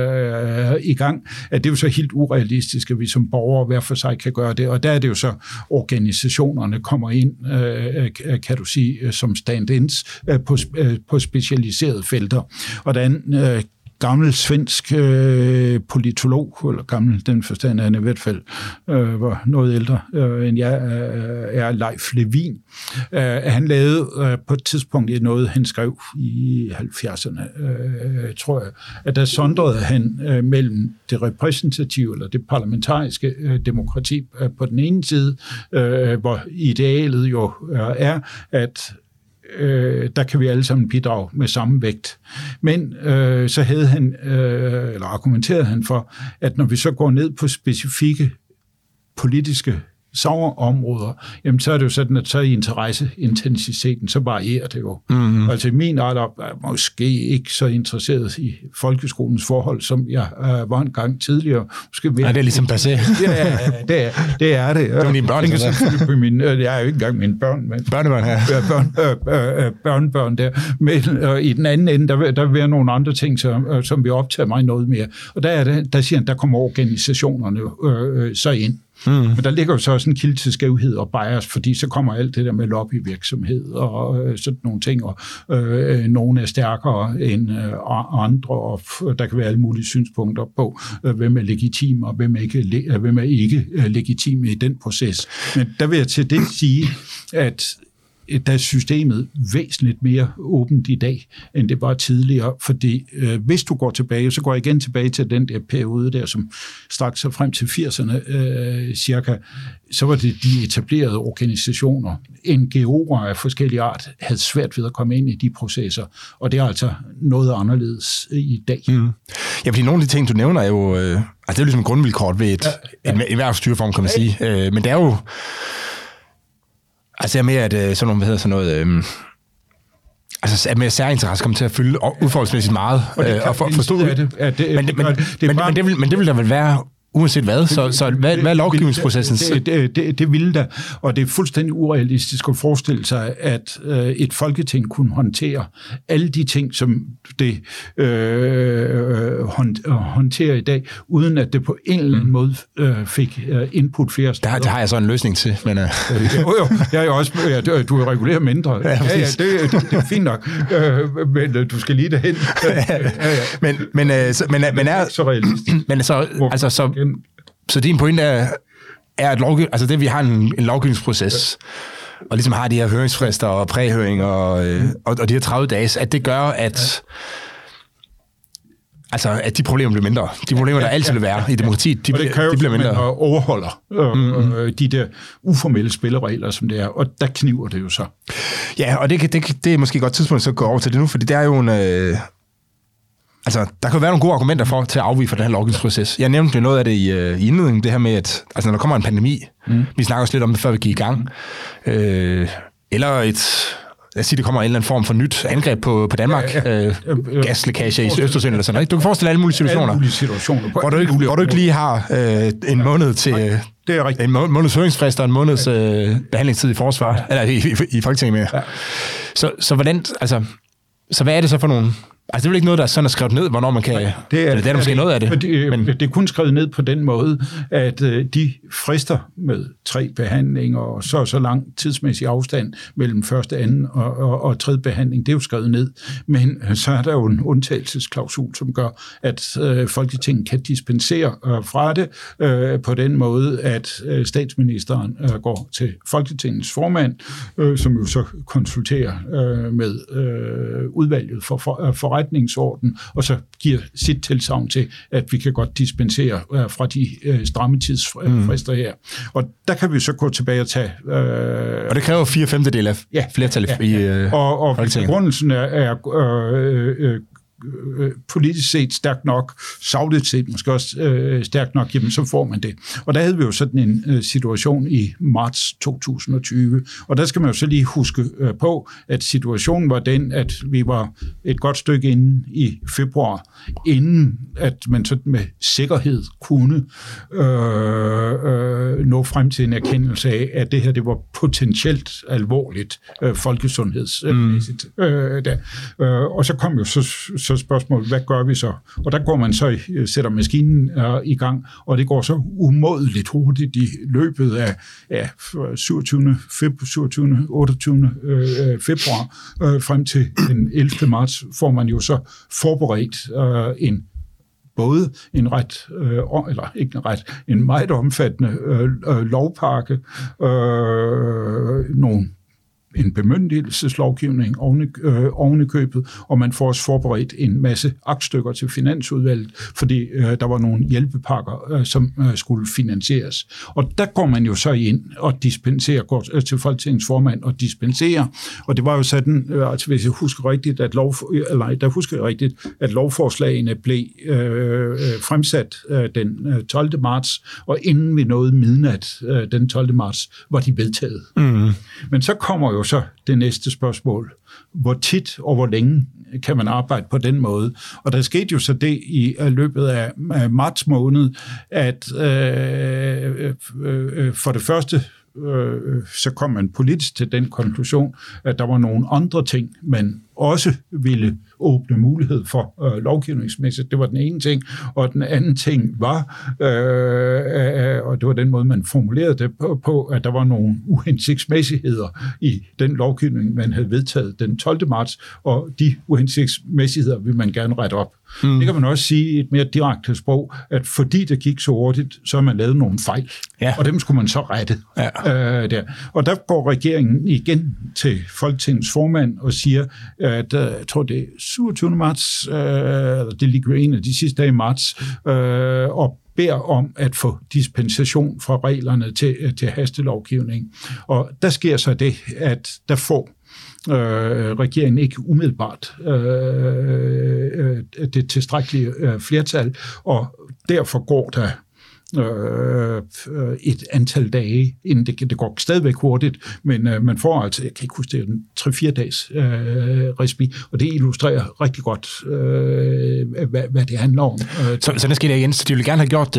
øh, i gang, at det er jo så helt urealistisk, at vi som borgere hver for sig kan gøre det, og der er det jo så, organisationerne kommer ind, kan du sige, som stand-ins på, på specialiserede felter. Og der er en øh, gammel svensk øh, politolog, eller gammel, den forstand er han i hvert fald, øh, var noget ældre øh, end jeg, øh, er Leif Levin. Øh, han lavede øh, på et tidspunkt noget, han skrev i halvfjerdserne, øh, tror jeg, at der sondrede han øh, mellem det repræsentative, eller det parlamentariske øh, demokrati øh, på den ene side, øh, hvor idealet jo øh, er, at Øh, der kan vi alle sammen bidrage med samme vægt. Men øh, så havde han, øh, eller argumenterede han for, at når vi så går ned på specifikke politiske sagerområder, jamen så er det jo sådan, at så er interesseintensiteten, så varierer det jo. Mm-hmm. Altså i min alder er måske ikke så interesseret i folkeskolens forhold, som jeg øh, var en gang tidligere. Måske ja, det er ligesom passé. Ja, det er det. Er det. Det er dine børn, så min, jeg er jo ikke engang mine børn, men børnebørn her. Børn, øh, øh, børnebørn der. Men øh, i den anden ende, der, der vil være nogle andre ting, som, øh, som vil optage mig noget mere. Og der, er det, der siger han, der kommer organisationerne øh, så ind. Mm. Men der ligger jo så også en kilde til skævhed og bias, fordi så kommer alt det der med lobbyvirksomhed og øh, sådan nogle ting, og øh, nogle er stærkere end øh, andre, og der kan være alle mulige synspunkter på, øh, hvem er legitim og hvem er ikke, øh, hvem er ikke øh, legitim i den proces. Men der vil jeg til det sige, at der er systemet væsentligt mere åbent i dag, end det var tidligere, fordi øh, hvis du går tilbage, så går jeg igen tilbage til den der periode der, som strakte sig frem til firserne øh, cirka, så var det de etablerede organisationer, N G O'er af forskellige art, havde svært ved at komme ind i de processer, og det er altså noget anderledes i dag. Mm. Ja, fordi nogle af de ting, du nævner, er jo, øh, altså det er jo ligesom grundvilkåret ved et, ja, ja. en erhvervsstyreform, kan man ja. sige, øh, men det er jo altså, jeg er mere, at sådan nogle, hvad hedder sådan noget, øhm, altså, at mere særinteresse kommer til at fylde udfordringsmæssigt meget, og, øh, og for, forstå det. det, det, men, det, men, det, det men, men, det vil, men det vil der vel være uanset hvad. Så, så hvad, det, hvad er lovgivningsprocessen? Det, det, det, det ville da, og det er fuldstændig urealistisk at forestille sig, at øh, et folketing kunne håndtere alle de ting, som det øh, håndterer i dag, uden at det på en eller anden måde øh, fik øh, input flere steder. Det har jeg så en løsning til. Men, uh... jo, jo, jeg er også, ja, du regulerer mindre. Ja, ja, ja det, det, det er fint nok, øh, men du skal lige derhen. Ja, ja. men, men, øh, så, men, men er så realistisk. Men så, altså, så, så din pointe er, er at lovgiv, altså det, vi har en, en lovgivningsproces, ja. og ligesom har de her høringsfrister og præhøring og, øh, og, og de her tredive dage, at det gør, at altså, at de problemer bliver mindre. De problemer, der altid vil være i demokratiet, de, og det kræver, de bliver mindre. Man overholder øh, mm-hmm. de der uformelle spilleregler, som det er, og der kniver det jo så. Ja, og det, det, det er måske et godt tidspunkt så at gå over til det nu, fordi det er jo en... Øh, altså, der kan jo være nogle gode argumenter for til at afvige fra den her lovgivningsproces. Jeg nævnte jo noget af det i, øh, i indledningen, det her med, at altså, når der kommer en pandemi, mm. vi snakker også lidt om det, før vi gik i gang, øh, eller et... Jeg siger, det kommer en eller anden form for nyt angreb på, på Danmark. Ja, ja. Øh, gaslækage i Østersøen eller sådan noget. Du kan forestille dig alle mulige situationer, alle mulige situationer hvor, du ikke, hvor du ikke lige har øh, en måned til Nej, det er en må, måneds høringsfrist og en måneds øh, behandlingstid i forsvar, ja. eller i, i, i Folketinget mere. Ja. Så, så hvordan, altså, så hvad er det så for nogle... Altså, det er vel ikke noget, der er sådan er skrevet ned, hvornår man kan... Nej, det er, det er måske det, noget af det. Det, men det er kun skrevet ned på den måde, at øh, de frister med tre behandlinger og så så lang tidsmæssig afstand mellem første, anden og, og, og tredje behandling, det er jo skrevet ned. Men så er der jo en undtagelsesklausul, som gør, at øh, Folketinget kan dispensere øh, fra det øh, på den måde, at øh, statsministeren øh, går til Folketingets formand, øh, som jo så konsulterer øh, med øh, udvalget for, for, for forretningsorden, og så giver sit tilsagn til, at vi kan godt dispensere øh, fra de øh, stramme tidsfrister her. Og der kan vi så gå tilbage og tage... Øh, og det kræver fire femtedel af ja, flertallet ja, i øh, og, og begrundelsen er, er øh, øh, politisk set stærkt nok, sagligt set måske også øh, stærkt nok, jamen så får man det. Og der havde vi jo sådan en øh, situation i marts to tusind og tyve, og der skal man jo så lige huske øh, på, at situationen var den, at vi var et godt stykke inde i februar, inden at man så med sikkerhed kunne øh, øh, nå frem til en erkendelse af, at det her, det var potentielt alvorligt øh, folkesundhedsmæssigt. Mm. Øh, der. Øh, og så kom jo så så spørgsmålet, hvad gør vi så? Og der går man så, sætter maskinen uh, i gang, og det går så umådeligt hurtigt i løbet af ja, syvogtyvende, otteogtyvende Øh, februar øh, frem til den ellevte marts, får man jo så forberedt øh, en både en ret, øh, eller ikke en ret, en meget omfattende øh, øh, lovpakke, øh, nogle en bemyndigelseslovgivning oven i, øh, oven i købet, og man får også forberedt en masse aktstykker til Finansudvalget, fordi øh, der var nogle hjælpepakker, øh, som øh, skulle finansieres. Og der går man jo så ind og dispenserer, går øh, til Folketingets formand og dispenserer, og det var jo sådan, øh, altså hvis jeg husker rigtigt, at lov, eller der husker jeg rigtigt, at lovforslagene blev øh, fremsat øh, den øh, tolvte marts, og inden vi nåede midnat øh, den tolvte marts, var de vedtaget. Mm. Men så kommer jo så det næste spørgsmål. Hvor tit og hvor længe kan man arbejde på den måde? Og der skete jo så det i løbet af marts måned, at øh, øh, for det første øh, så kom man politisk til den konklusion, at der var nogle andre ting, man også ville åbne mulighed for øh, lovgivningsmæssigt. Det var den ene ting. Og den anden ting var, øh, og det var den måde, man formulerede det på, på, at der var nogle uhensigtsmæssigheder i den lovgivning, man havde vedtaget den tolvte marts, og de uhensigtsmæssigheder vil man gerne rette op. Mm. Det kan man også sige i et mere direkte sprog, at fordi det gik så hurtigt, så har man lavet nogle fejl, ja. Og dem skulle man så rette. Ja. Øh, der. Og der går regeringen igen til Folketingets formand og siger, at øh, jeg tror det er syvogtyvende marts, øh, det ligger en af de sidste dage i marts, øh, og beder om at få dispensation fra reglerne til, til hastelovgivning. Og der sker så det, at der får Øh, regeringen ikke umiddelbart øh, det tilstrækkelige øh, flertal, og derfor går der øh, et antal dage, inden det, det går stadigvæk hurtigt, men øh, man får altså, jeg kan ikke huske det, en tre-fire dages øh, respi, og det illustrerer rigtig godt, øh, hvad, hvad det handler om. Så, så det sker der igen, så de ville gerne have gjort det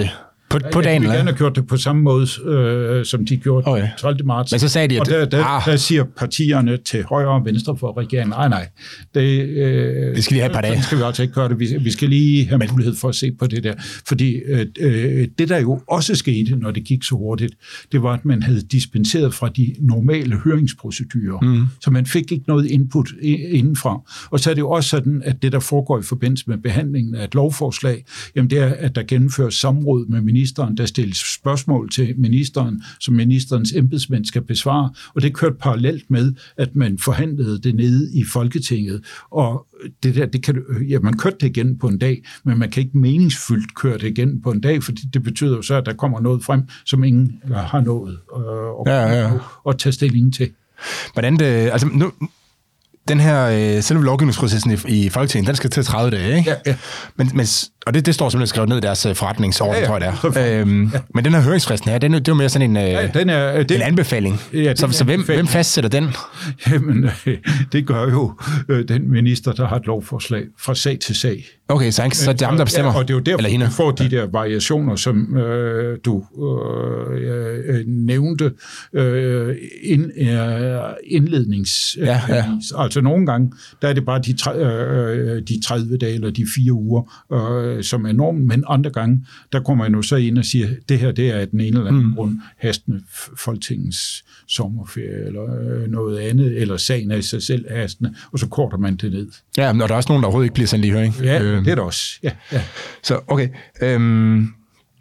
På, på dagen, eller? Jeg gerne have gjort det på samme måde, øh, som de gjorde okay. den tolvte marts. Men så sagde de, at... Og der, der, ah. der siger partierne til højre og venstre for regeringen, nej, nej, det, øh, det skal lige have et par dage. Det skal vi altså ikke gøre det. Vi, vi skal lige have Men. mulighed for at se på det der. Fordi øh, det, der jo også skete, når det gik så hurtigt, det var, at man havde dispenseret fra de normale høringsprocedurer. Mm. Så man fik ikke noget input indenfra. Og så er det jo også sådan, at det, der foregår i forbindelse med behandlingen af et lovforslag, jamen det er, at der gennemføres samråd med ministeren, der stilles spørgsmål til ministeren, som ministerens embedsmænd skal besvare, og det kørte parallelt med, at man forhandlede det nede i Folketinget, og det der, det kan, ja, man kørte det igen på en dag, men man kan ikke meningsfyldt køre det igen på en dag, for det betyder jo så, at der kommer noget frem, som ingen har nået øh, at, ja, ja. At, at tage stilling til. Hvordan det, altså nu, den her øh, selve lovgivningsprocessen i, i Folketinget, den skal til tredive dage, ikke? Ja, ja. Men, men, og det, det står simpelthen skrevet ned i deres forretningsorden, ja, ja, tror jeg det er. Øhm, ja. Men den her høringsfristen her, den, det er jo mere sådan en, øh, ja, den er, den, en anbefaling. Ja, så så hvem, hvem fastsætter den? Jamen, øh, det gør jo øh, den minister, der har et lovforslag fra sag til sag. Okay, så, så det er ham, der bestemmer? Ja, og det er jo derfor, eller du får de der variationer, som øh, du øh, øh, nævnte øh, ind, øh, indlednings. Ja, ja. Altså nogle gange, der er det bare de, øh, de tredive dage eller de fire uger, øh, som er normen, men andre gange, der kommer man jo så ind og siger, det her, det er den ene eller anden mm. grund hastende Folketingets sommerferie eller øh, noget andet, eller sagen er i sig selv hastende, og så korter man det ned. Ja, og der er også nogen, der overhovedet ikke bliver sendt i høring. Ja, øh. det er der også. Ja, ja. Så, okay. Øhm.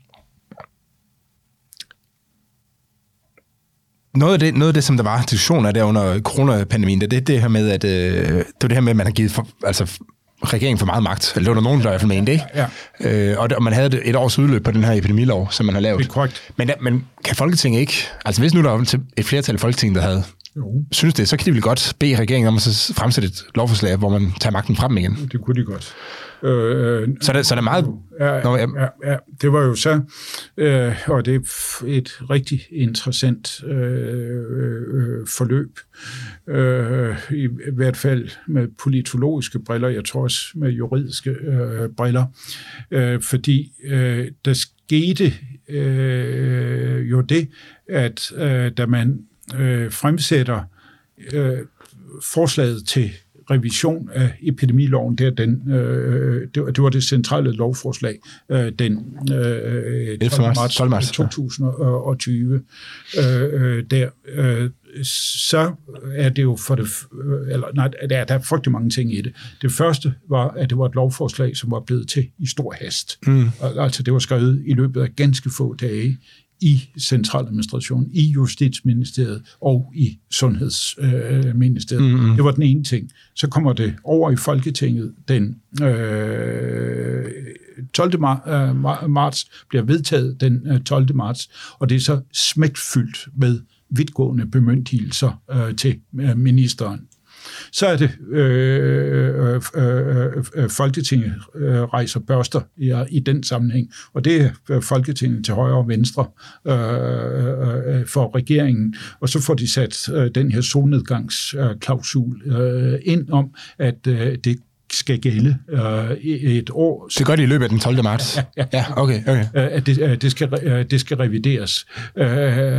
Noget af, det, noget af det, som der var diskussioner der under coronapandemien, det er det, det her med, at øh, det var det her med, at man har givet for, altså, regeringen for meget magt. Eller det var der nogen, der i hvert fald mente, ikke? Ja. Øh, og, det, og man havde et års udløb på den her epidemilov, som man har lavet. Det er korrekt. Men, men kan Folketinget ikke, altså hvis nu der var et flertal i Folketinget, der havde jo. synes det, så kan de vel godt bede regeringen om at så fremsætte et lovforslag, hvor man tager magten frem igen. Det kunne de godt. Øh, så, det, så det er meget... Ja, Nå, ja, ja, det var jo så, øh, og det er et rigtig interessant øh, øh, forløb, øh, i, i hvert fald med politologiske briller, jeg tror også med juridiske øh, briller, øh, fordi øh, der skete øh, jo det, at øh, da man øh, fremsætter øh, forslaget til revision af epidemiloven, der den, øh, det, var, det var det centrale lovforslag, øh, den øh, tolvte marts to tusind og tyve. Øh, der, øh, så er det jo for det, eller nej, der, der er frygtelig mange ting i det. Det første var, at det var et lovforslag, som var blevet til i stor hast. Mm. Altså det var skrevet i løbet af ganske få dage i centraladministrationen, i Justitsministeriet og i Sundhedsministeriet. Øh, mm-hmm. Det var den ene ting. Så kommer det over i Folketinget den øh, tolvte marts, bliver vedtaget den tolvte marts, og det er så smægtfyldt med vidtgående bemyndigelser øh, til øh, ministeren. Så er det øh, øh, øh, Folketinget øh, rejser børster i, i den sammenhæng, og det er Folketinget til højre og venstre øh, øh, for regeringen, og så får de sat øh, den her solnedgangsklausul øh, ind om, at øh, det skal gælde øh, et år. Det gør det i løbet af den tolvte marts? Ja, ja, ja. ja okay, okay. At det, det, skal, det skal revideres øh,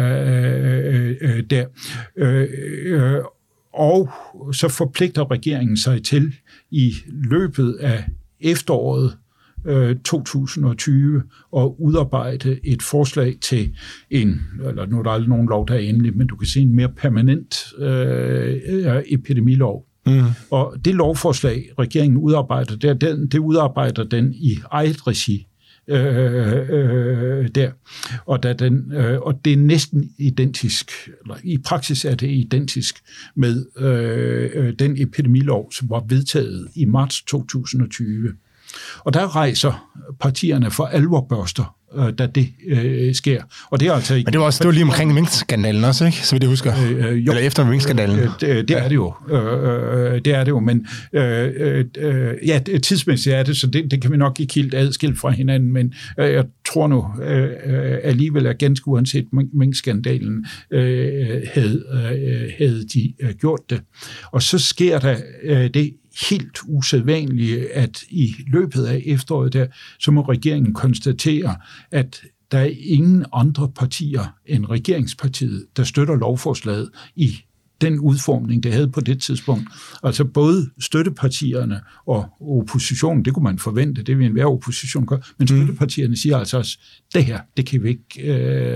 øh, øh, der. Øh, øh, Og så forpligter regeringen sig til i løbet af efteråret øh, to tusind og tyve at udarbejde et forslag til en, eller nu er der aldrig nogen lov, der er endelig, men du kan sige en mere permanent øh, epidemilov. Mm. Og det lovforslag, regeringen udarbejder, det, den, det udarbejder den i eget regi. Øh, øh, der. Og, da den, øh, og det er næsten identisk, eller i praksis er det identisk med øh, den epidemilov, som var vedtaget i marts to tusind og tyve. Og der rejser partierne for alvor børster, øh, da det øh, sker. Og det er altså ikke... Men det var også det var lige omkring minkskandalen også, ikke? Så vidt jeg husker. Øh, øh, Eller efter minkskandalen. Øh, det, det er det jo. Øh, det er det jo, men øh, øh, ja, tidsmæssigt er det, så det, det kan vi nok ikke helt adskilt fra hinanden, men øh, jeg tror nu øh, alligevel er ganske uanset minkskandalen øh, havde, øh, havde de øh, gjort det. Og så sker der øh, det helt usædvanlige, at i løbet af efteråret der, så må regeringen konstatere, at der er ingen andre partier end regeringspartiet, der støtter lovforslaget i den udformning, det havde på det tidspunkt. Altså både støttepartierne og oppositionen, det kunne man forvente, det vil enhver opposition gøre, men støttepartierne siger altså også, det her, det kan vi ikke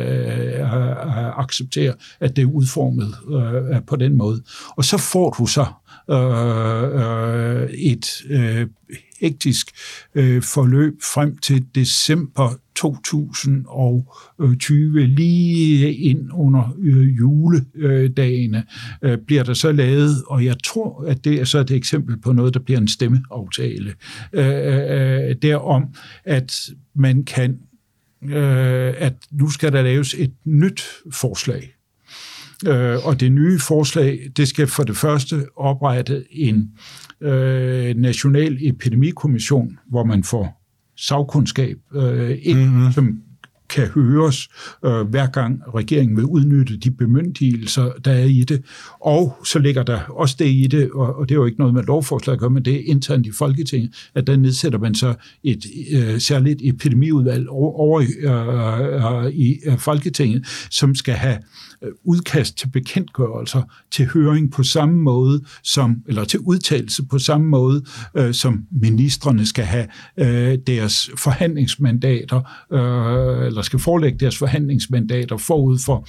øh, acceptere, at det er udformet øh, på den måde. Og så får du så øh, et øh, hektisk øh, forløb frem til december to tusind og tyve, lige ind under øh, juledagene, øh, bliver der så lavet, og jeg tror, at det er så et eksempel på noget, der bliver en stemmeaftale, øh, øh, derom, at man kan, øh, at nu skal der laves et nyt forslag. Øh, og det nye forslag, det skal for det første oprette en øh, national epidemikommission, hvor man får sagkundskab øh, ind, mm-hmm. som kan høres, øh, hver gang regeringen vil udnytte de bemyndigelser, der er i det. Og så ligger der også det i det, og, og det er jo ikke noget med lovforslag at gøre, men det er internt i Folketinget, at der nedsætter man så et øh, særligt epidemiudvalg over, over øh, øh, i øh, Folketinget, som skal have udkast til bekendtgørelser til høring på samme måde som, eller til udtalelse på samme måde, øh, som ministrene skal have øh, deres forhandlingsmandater, øh, eller skal forelægge deres forhandlingsmandater forud for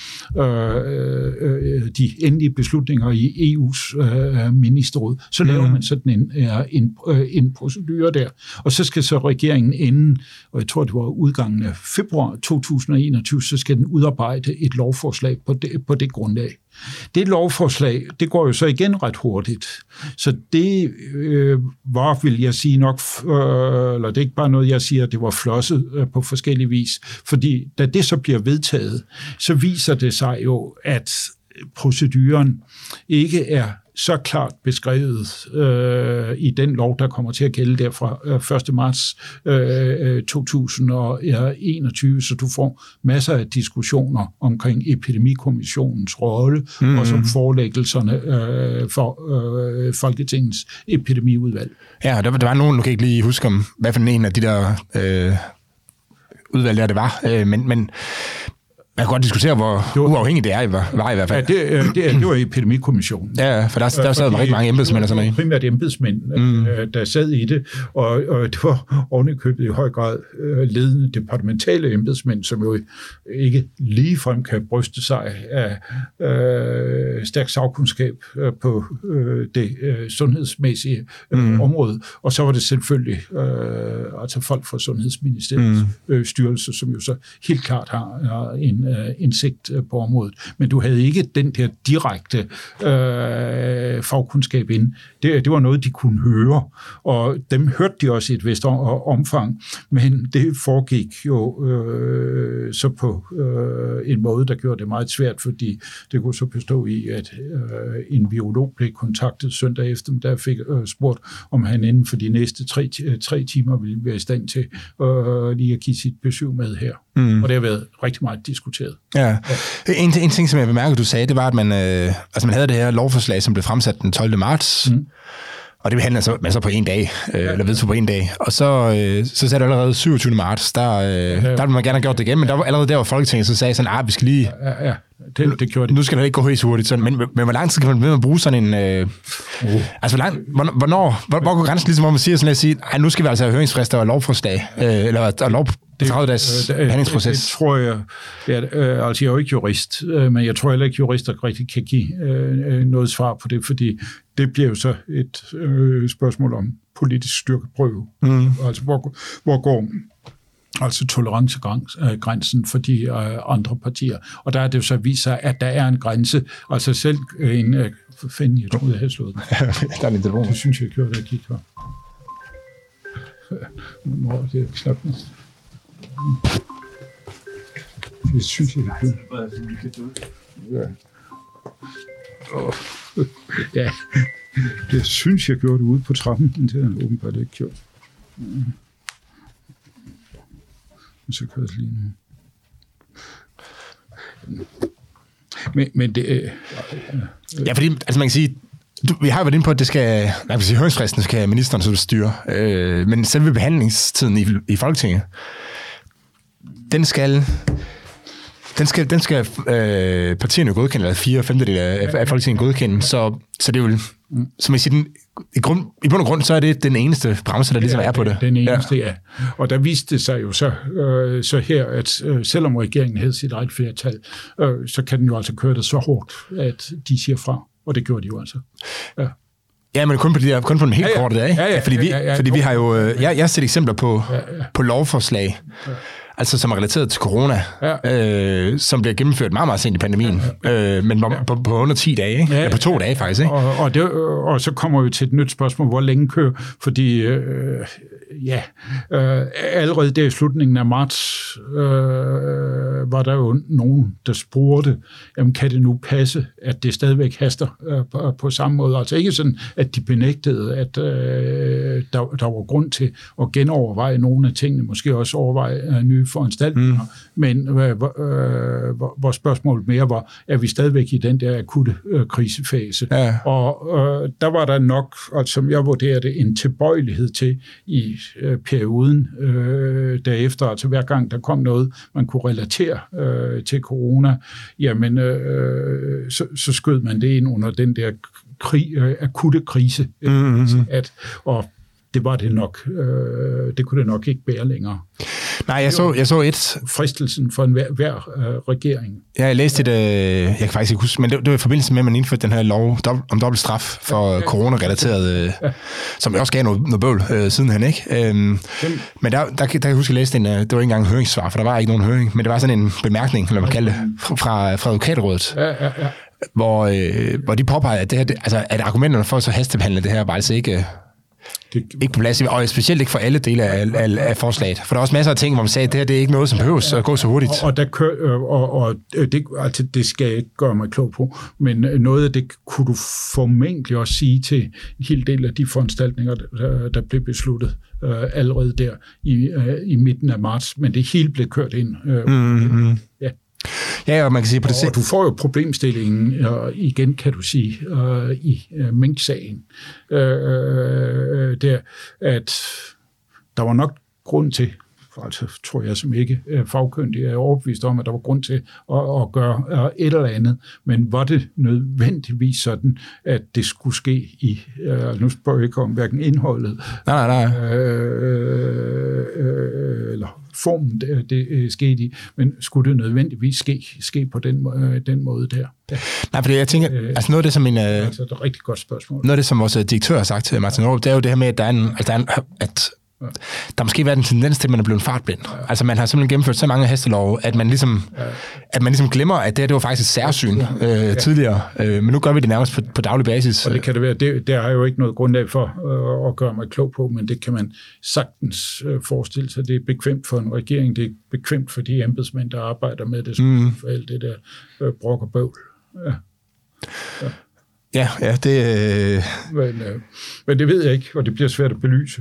øh, øh, de endelige beslutninger i E U's øh, ministerråd. Så laver man sådan en, en, en procedure der. Og så skal så regeringen inden, og jeg tror det var udgangen af februar to tusind og enogtyve, så skal den udarbejde et lovforslag på det, på det grundlag. Det lovforslag, det går jo så igen ret hurtigt. Så det øh, var, vil jeg sige nok, øh, eller det er ikke bare noget, jeg siger, det var flosset øh, på forskellige vis. Fordi da det så bliver vedtaget, så viser det sig jo, at proceduren ikke er så klart beskrevet øh, i den lov, der kommer til at gælde der fra øh, første marts øh, to tusind og enogtyve, så du får masser af diskussioner omkring epidemikommissionens rolle, mm-hmm. og som forelæggelserne øh, for øh, Folketingets epidemiudvalg. Ja, der, der var nogen, du kan ikke lige huske om, hvad for en af de der øh, udvalg der det var, øh, men, men man kan godt diskutere, hvor var, uafhængigt det er, var i hvert fald. Ja, det, det, det var epidemikommissionen. Ja, for der, der sad rigtig mange embedsmænd og sådan noget. Primært embedsmænd, mm. der sad i det, og, og det var ovenikøbet i høj grad ledende departementale embedsmænd, som jo ikke ligefrem kan bryste sig af øh, stærk sagkundskab på øh, det øh, sundhedsmæssige øh, mm. område. Og så var det selvfølgelig øh, altså folk fra Sundhedsministeriets mm. øh, styrelse, som jo så helt klart har, har en indsigt på området. Men du havde ikke den der direkte øh, fagkundskab ind. Det, det var noget, de kunne høre, og dem hørte de også i et vist omfang, men det foregik jo øh, så på øh, en måde, der gjorde det meget svært, fordi det kunne så bestå i, at øh, en virolog blev kontaktet søndag eftermiddag, fik øh, spurgt, om han inden for de næste tre, tre timer ville være i stand til øh, lige at give sit besøg med her. Mm. Og det har været rigtig meget diskuteret. Ja. Ja. En, en ting, som jeg bemærkede, du sagde, det var, at man, øh, altså man havde det her lovforslag, som blev fremsat den tolvte marts, mm. og det behandlede så, man så på en dag, øh, ja. eller vedtog på en dag. Og så, øh, så sagde det allerede syvogtyvende marts, der, øh, ja. der ville man gerne have gjort det igen, men der var allerede der var Folketinget, så sagde sådan, ah, vi skal lige... Ja, ja. Det, det gjorde det. Nu skal det ikke gå helt hurtigt, sådan. Men, men hvor lang tid kan man ved at bruge sådan en... Øh, uh. Altså, hvor, lang, hvornår, hvor, hvor går grænsen ligesom, hvor man siger sådan, at sige, ej, nu skal vi altså have høringsfrister og lovforslag, øh, eller og lov, tredive dages behandlingsproces? Det, det tror jeg... Ja, øh, altså, jeg er jo ikke jurist, øh, men jeg tror heller ikke, jurister rigtig kan give øh, noget svar på det, fordi det bliver jo så et øh, spørgsmål om politisk styrkeprøve. Mm. Altså, hvor, hvor går... altså tolerancegrænsen for de øh, andre partier. Og der er det jo så vist sig, at der er en grænse. Altså selv en... Øh, for fanden, jeg troede, jeg havde slået den. Der er lidt det, det synes jeg, jeg gjorde, da jeg gik her. Nå, det er knap. Det synes jeg, jeg gjorde. Ja. Oh. Ja, det synes jeg gjorde det ude på trappen, men det har åbenbart ikke gjort. Så kører det lige nu. Men, men det... Øh, øh, ja, fordi altså man kan sige, du, vi har jo været inde på, at det skal... Man kan sige, høringsfristen skal ministeren så styre. Øh, men selve behandlingstiden i, i Folketinget, den skal... Den skal, den skal øh, partierne godkende, eller fire femtedel af, af Folketinget godkende, så, så det er jo, som jeg siger, den, i, grund, i bund og grund, så er det den eneste bremse, der ligesom ja, er på det. Den eneste, ja. ja. Og der viste det sig jo så, øh, så her, at øh, selvom regeringen havde sit eget flertal, øh, så kan den jo altså køre det så hårdt, at de siger fra, og det gjorde de jo altså. Ja. Ja, men kun på, de der, kun på den helt ja, ja. korte dag. Ja, ja, fordi vi, ja, ja, ja, fordi vi har jo... Jeg, jeg har set eksempler på, ja, ja. på lovforslag, ja. altså som er relateret til corona, ja. øh, som bliver gennemført meget, meget sent i pandemien, ja, ja. Øh, men på, ja. på, på under ti dage, ikke? Ja, ja. Ja, på to dage faktisk. Ikke? Og, og, det, og så kommer vi til et nyt spørgsmål, hvor længe kører, fordi øh, ja, øh, allerede der i slutningen af marts øh, var der jo nogen, der spurgte, jamen kan det nu passe, at det stadigvæk haster øh, på, på samme måde? Altså ikke sådan, at de benægtede, at øh, der, der var grund til at genoverveje nogle af tingene, måske også overveje øh, nye foranstaltninger, mm. men øh, øh, hvor, hvor spørgsmålet mere var, er vi stadigvæk i den der akutte øh, krisefase? Ja. Og øh, der var der nok, altså, som jeg vurderede, en tilbøjelighed til i øh, perioden øh, derefter, altså hver gang der kom noget, man kunne relatere øh, til corona, jamen øh, så, så skød man det ind under den der krig, øh, akutte krise. Mm-hmm. At, og det var det nok. Øh, det kunne det nok ikke bære længere. Nej, jeg så, jeg så et... Fristelsen for en hver, hver øh, regering. Ja, jeg læste et... Øh, jeg kan faktisk ikke huske, men det, det var i forbindelse med, at man indførte den her lov dob, om dobbelt straf for ja, ja, corona-relateret, øh, ja. som også gav noget, noget bøvl øh, sidenhen, ikke? Øhm, men der, der, der kan jeg huske, at jeg læste en... Det var ikke engang en høringssvar, for der var ikke nogen høring, men det var sådan en bemærkning, eller man kalde det, fra, fra advokatrådet. Ja, ja, ja. Hvor, øh, hvor de påpegede, at, det her, det, altså, at argumenterne for at så hastebehandle det her var altså ikke... Det, ikke på plads, og specielt ikke for alle dele af, af, af forslaget. For der er også masser af ting, hvor man sagde, at det her det er ikke noget, som behøves at gå så hurtigt. Og, og, der kør, og, og det, altså, det skal jeg ikke gøre mig klog på, men noget af det kunne du formentlig også sige til en hel del af de foranstaltninger, der, der blev besluttet uh, allerede der i, uh, i midten af marts, men det hele blev kørt ind. Uh, mm-hmm. Ja. Ja, og man kan sige på det. Og du får jo problemstillingen uh, igen, kan du sige, uh, i uh, Mink-sagen, uh, uh, der, at der var nok grund til, altså tror jeg som ikke uh, fagkyndig er overbevist om, at der var grund til at, at gøre uh, et eller andet, men var det nødvendigvis sådan, at det skulle ske i, uh, nu spørger jeg ikke om hverken indholdet, nej, nej, nej. Øh, øh, eller formen, det, det skete i, men skulle det nødvendigvis ske, ske på den, øh, den måde der? Ja. Nej, fordi jeg tænker, øh, altså noget af det, som en... Øh, altså, det er et rigtig godt spørgsmål. Noget af det, som vores direktør har sagt til Martin Aarup, det er jo det her med, at der er en... Altså, der er en at ja. Der måske været en tendens til, at man er blevet fartblind. Ja. Altså, man har simpelthen gennemført så mange hastelove, at man ligesom, ja. at man ligesom glemmer, at det her, det var faktisk et særsyn øh, ja. tidligere. Øh, men nu gør vi det nærmest på, på daglig basis. Og det kan det være. Det, der er jo ikke noget grundlag for øh, at gøre mig klog på, men det kan man sagtens øh, forestille sig. Det er bekvemt for en regering, det er bekvemt for de embedsmænd, der arbejder med det, mm. for alt det der øh, brok og bøvl. Ja. Ja. Ja, ja, det... Øh... Men, øh, men det ved jeg ikke, og det bliver svært at belyse.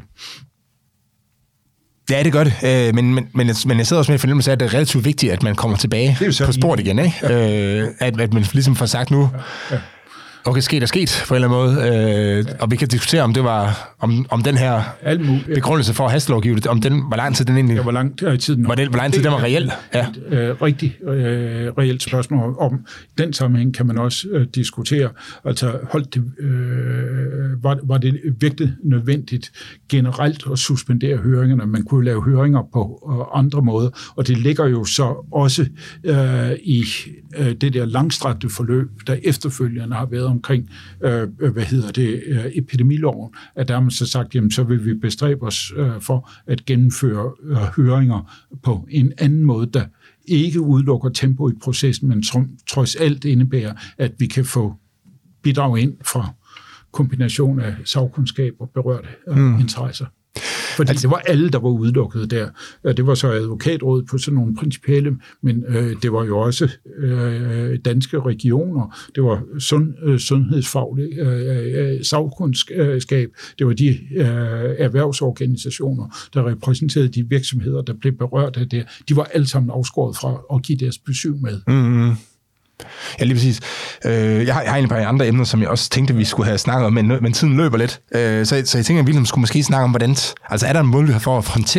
Ja, det gør det, øh, men, men, men, men jeg sidder også med en fornemmelse af, at det er relativt vigtigt, at man kommer tilbage på sporet igen, ikke? Ja. Øh, at, at man ligesom får sagt nu, ja. Ja. Okay, sket er sket på en eller anden måde, øh, ja. Og vi kan diskutere, om det var, om, om den her begrundelse for hastelovgive, om den, hvor lang tid den egentlig... Ja, hvor lang øh, tid den var. Hvor lang tid den var reel. Ja. Et øh, rigtig øh, reelt spørgsmål. Om den sammenhæng kan man også øh, diskutere. Altså, holdt det, øh, var, var det virkelig nødvendigt generelt at suspendere høringerne? Man kunne lave høringer på øh, andre måder, og det ligger jo så også øh, i øh, det der langstrakte forløb, der efterfølgende har været omkring, øh, hvad hedder det, øh, epidemiloven, at der har man så sagt, jamen så vil vi bestræbe os øh, for at gennemføre øh, høringer på en anden måde, der ikke udelukker tempo i processen, men som trods alt indebærer, at vi kan få bidrag ind fra kombination af sagkundskab og berørte øh, mm. interesser. Fordi altså, det var alle, der var udelukket der. Det var så advokatrådet på sådan nogle principielle, men øh, det var jo også øh, danske regioner, det var sund, øh, sundhedsfaglig øh, sagkundskab, det var de øh, erhvervsorganisationer, der repræsenterede de virksomheder, der blev berørt af det. De var alle sammen afskåret fra at give deres besøg med. Mm-hmm. Ja, lige præcis. Øh, jeg, har, jeg har en par andre emner, som jeg også tænkte, vi skulle have snakket om, men, men tiden løber lidt. Øh, så, så jeg tænker, at vi skulle måske snakke om, hvordan... Altså, er der en måde, vi har for at håndtere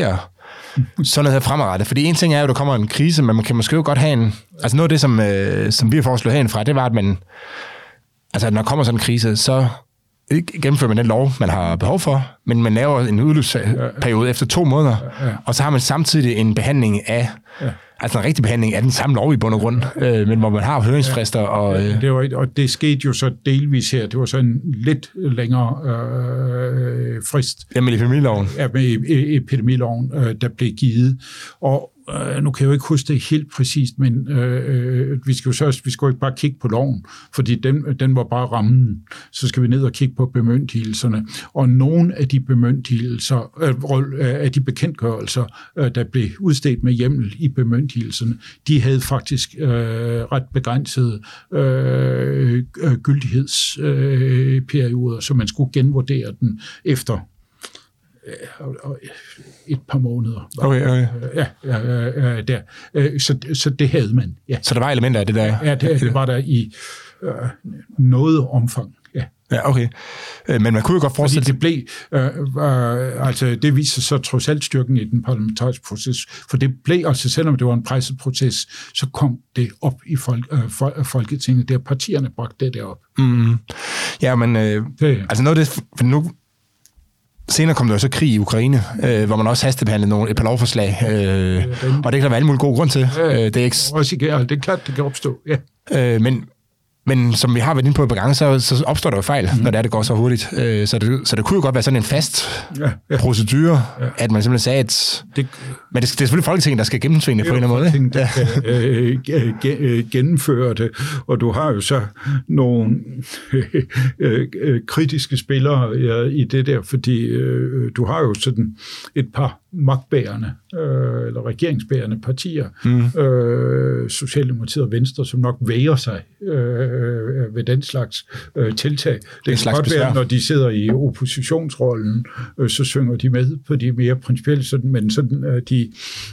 sådan noget her fremadrettet. Fordi en ting er jo, at der kommer en krise, men man kan måske jo godt have en... Altså noget af det, som, øh, som vi har foreslået herindefra, det var, at man... Altså, når der kommer sådan en krise, så gennemfører man den lov, man har behov for, men man laver en udløbsperiode efter to måneder, og så har man samtidig en behandling af... Altså en rigtig behandling af den samme lov i bund og grund, øh, men hvor man har høringsfrister. Og, øh... det var, og det skete jo så delvis her. Det var så en lidt længere øh, frist. Ja, med epidemiloven. Ja, med epidemiloven, øh, der blev givet. Og øh, nu kan jeg jo ikke huske det helt præcist, men øh, vi skal jo så vi skal jo ikke bare kigge på loven, fordi den, den var bare rammen. Så skal vi ned og kigge på bemyndigelserne. Og nogle af de bemyndigelser, øh, af de bekendtgørelser, øh, der blev udstedt med hjemmel i bemyndigelserne, de havde faktisk øh, ret begrænsede øh, gyldighedsperioder, øh, så man skulle genvurdere den efter et par måneder. Okay, okay. Ja, ja, ja, der. Så, så det havde man, ja. Så der var elementer af det der? Ja, det, det var der i øh, noget omfang, ja. Ja, okay. Men man kunne jo godt forestille... Fordi det blev, øh, øh, altså det viser så trods alt styrken i den parlamentariske proces, for det blev, altså selvom det var en presset proces, så kom det op i folk, øh, for, Folketinget, der partierne bragte det derop. Mm. Ja, men øh, det, altså noget af det, for nu... Senere kom der jo så krig i Ukraine, øh, hvor man også hastebehandlede nogle, et par lovforslag, øh, og det kan der være alle mulige gode grund til. Ja, øh, det, er ikke... også, det er klart, det kan opstå, ja. Øh, men, men som vi har været inde på et par gange, så, så opstår der jo fejl, mm. når det, er, det går så hurtigt. Øh, så, det, så det kunne jo godt være sådan en fast ja, ja. procedure, ja. at man simpelthen sagde, at... Det, men det, det er selvfølgelig Folketinget, der skal gennemtvinge det på en eller anden måde. Det er Folketinget, der skal øh, gennemføre det, og du har jo så nogle øh, øh, kritiske spillere ja, i det der, fordi øh, du har jo sådan et par magtbærende, øh, eller regeringsbærende partier, mm. øh, Socialdemokratiet og Venstre, som nok væger sig øh, ved den slags øh, tiltag. Det kan godt være, når de sidder i oppositionsrollen, øh, så synger de med på de mere principielle, sådan, men sådan, øh, de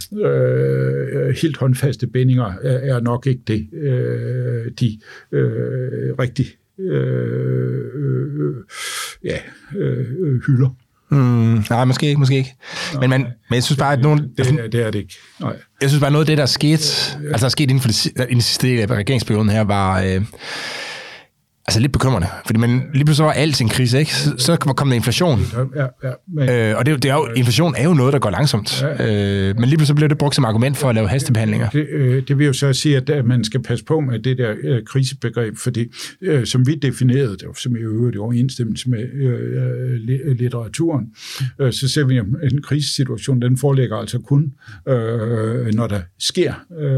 øh, helt håndfaste bindinger er, er nok ikke det, øh, de øh, rigtig øh, øh, ja, øh, hylder. Mm, nej, måske ikke, måske ikke. Nej, men, man, men jeg synes bare, at nogen... Det, det, det er det ikke. Nej. Jeg synes bare, noget af det, der er sket, altså der er sket inden for det, inden den sidste del af regeringsperioden her, var... Øh, altså lidt bekymrende, fordi man lige pludselig var alt en krise, ikke? Så, så kom der inflation. Ja, ja, men, øh, og det, det er jo, inflation er jo noget, der går langsomt. Ja. Øh, men lige pludselig blev det brugt som argument for at lave hastebehandlinger. Det, øh, det vil jo så sige, at man skal passe på med det der øh, krisebegreb, fordi øh, som vi definerede det, som i øvrigt i overensstemmelse med øh, litteraturen, øh, så ser vi, at en krisesituation, den foreligger altså kun, øh, når der sker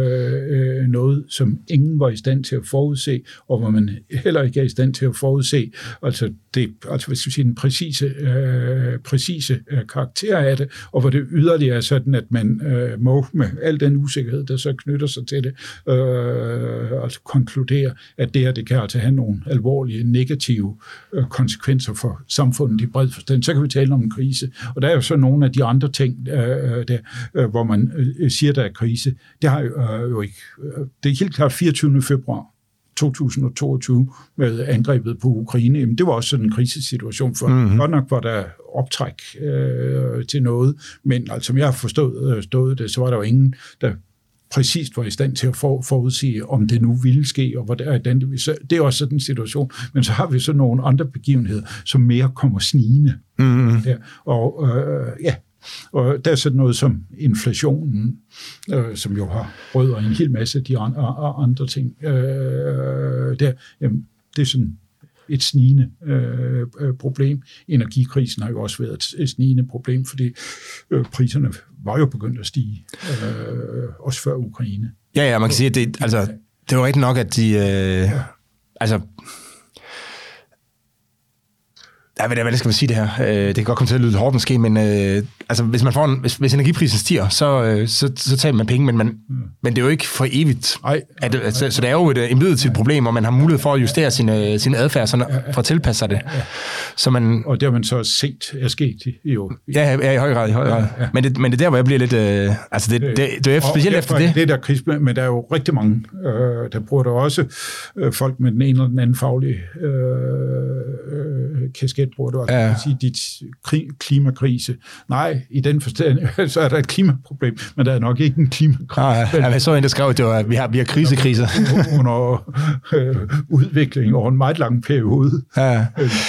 øh, noget, som ingen var i stand til at forudse, og hvor man heller ikke er i stand til at forudse, altså, det, altså hvis du siger, den præcise, øh, præcise øh, karakter af det, og hvor det yderligere er sådan, at man øh, må med al den usikkerhed, der så knytter sig til det, øh, altså konkludere, at det her, det kan altså have nogle alvorlige, negative øh, konsekvenser for samfundet i bred forstand. Så kan vi tale om en krise. Og der er jo så nogle af de andre ting, øh, der, øh, hvor man øh, siger, der er krise. Det har jo, øh, jo ikke... Øh, det er helt klart fireogtyvende februar to tusind og toogtyve med angrebet på Ukraine. Jamen, det var også sådan en krisesituation, for mm-hmm. godt nok var der optræk øh, til noget, men altså, som jeg har forstået øh, stået det, så var der jo ingen, der præcist var i stand til at for, forudsige, om det nu ville ske, og hvordan det, så det er også sådan en situation. Men så har vi så nogle andre begivenheder, som mere kommer snigende. Mm-hmm. Der. Og øh, ja, og der er sådan noget som inflationen, øh, som jo har rødder en hel masse af de andre, andre ting. Øh, der, jamen, det er sådan et snigende øh, problem. Energikrisen har jo også været et snigende problem, fordi øh, priserne var jo begyndt at stige, øh, også før Ukraine. Ja, ja, man kan sige, at det, altså, det var rigtig nok, at de... Øh, ja. Altså... Ja, hvad skal man sige det her? Det kan godt komme til at lyde hårdt måske, men øh, altså, hvis, man får en, hvis, hvis energiprisen stiger, så, øh, så, så tager man penge, men, man, mm. men det er jo ikke for evigt. Ej, at, ej, så, så det er jo et, et midlertidigt problem, og man har mulighed for at justere sin, sin adfærd sådan, ja, ja. for at tilpasse sig det. Ja, ja. Så man, og det har man så set er sket i jo. Ja, ja, i høj grad. I høj grad. Ja, ja. Men, det, men det er der, hvor jeg bliver lidt... Øh, altså, det, det, det, det er specielt efter det. Det der kris, men der er jo rigtig mange, øh, der bruger der også øh, folk med den ene eller den anden faglige øh, øh, kasket forkert brugt, og ja. sige, dit krig, klimakrise. Nej, i den forstand, så er der et klimaproblem, men der er nok ikke en klimakrise. Ah, ja, jeg så en, der skrev, at det var, vi har, vi har krisekriser. Under øh, udvikling over en meget lang periode. Ja.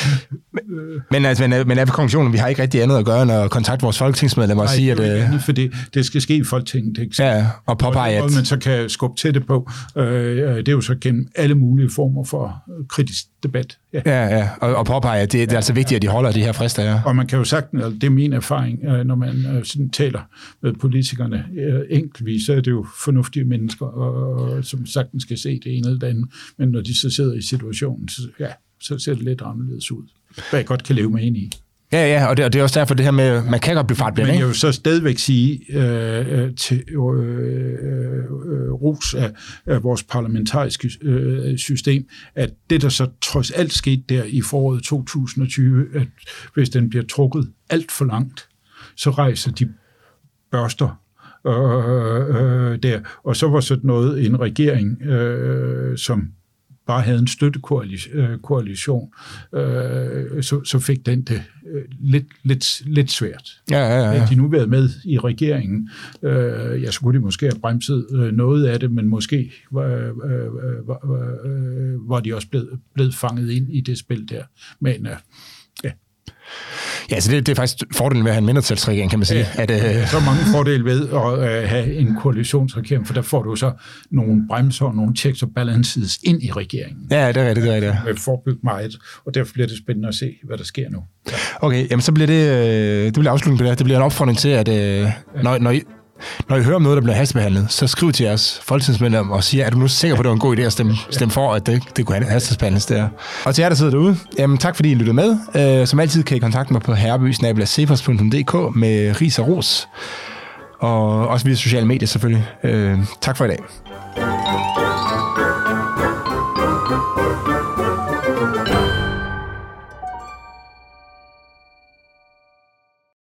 Men, altså, men, men er konklusionen, vi har ikke rigtig andet at gøre, end at kontakte vores folketingsmedlemmer og sige, at... Nej, det, for det, det skal ske i Folketinget. Det skal, ja, og påpege, at... man så kan skubbe til det på. Øh, det er jo så gennem alle mulige former for kritisk debat. Ja, ja, ja. Og, og påpege, at det, det er altså vigtigt, at de holder de her frister, ja. Og man kan jo sagt, altså det er min erfaring, når man sådan taler med politikerne enkeltvis, så er det jo fornuftige mennesker, og, som sagtens skal se det ene eller det andet. Men når de så sidder i situationen, så, ja, så ser det lidt anderledes ud. Hvad jeg godt kan leve med ind i. Ja, ja, og det, og det er også derfor det her med, man kan godt blive fartblind, ikke? Men ikke? jeg vil så stadigvæk sige øh, til øh, øh, ros af, af vores parlamentariske øh, system, at det, der så trods alt skete der i foråret to tusind og tyve, at hvis den bliver trukket alt for langt, så rejser de børster øh, øh, der. Og så var sådan noget en regering, øh, som bare havde en støttekoalition, øh, så, så fik den det øh, lidt, lidt, lidt svært. Ja, ja, ja. Havde de nu været med i regeringen, øh, ja, så kunne de måske have bremset øh, noget af det, men måske var, øh, var, øh, var de også blevet, blevet fanget ind i det spil der. Men øh, ja. Ja, så det, det er faktisk fordelen ved at have en mindretalsregering, kan man sige. Ja, at, øh... så mange fordele ved at øh, have en koalitionsregering, for der får du så nogle bremser og nogle checks og balances ind i regeringen. Ja, det er rigtigt, det er rigtigt. Med forbygge meget, og derfor bliver det spændende at se, hvad der sker nu. Ja. Okay, jamen så bliver det, øh, det bliver afslutning på det her. Det bliver en opfordring til, at øh, når, når I Når I hører om noget, der bliver hastebehandlet, så skriv til jeres folketingsmedlemmer og siger, er du nu sikker på, at det var en god idé at stemme, stemme for, at det, det kunne hastebehandles der. Og til jer, der sidder derude, jamen, tak fordi I lyttede med. Øh, som altid kan I kontakte mig på herreby snabel-a cepos punktum d k med ris og ros. Og også via sociale medier selvfølgelig. Øh, tak for i dag.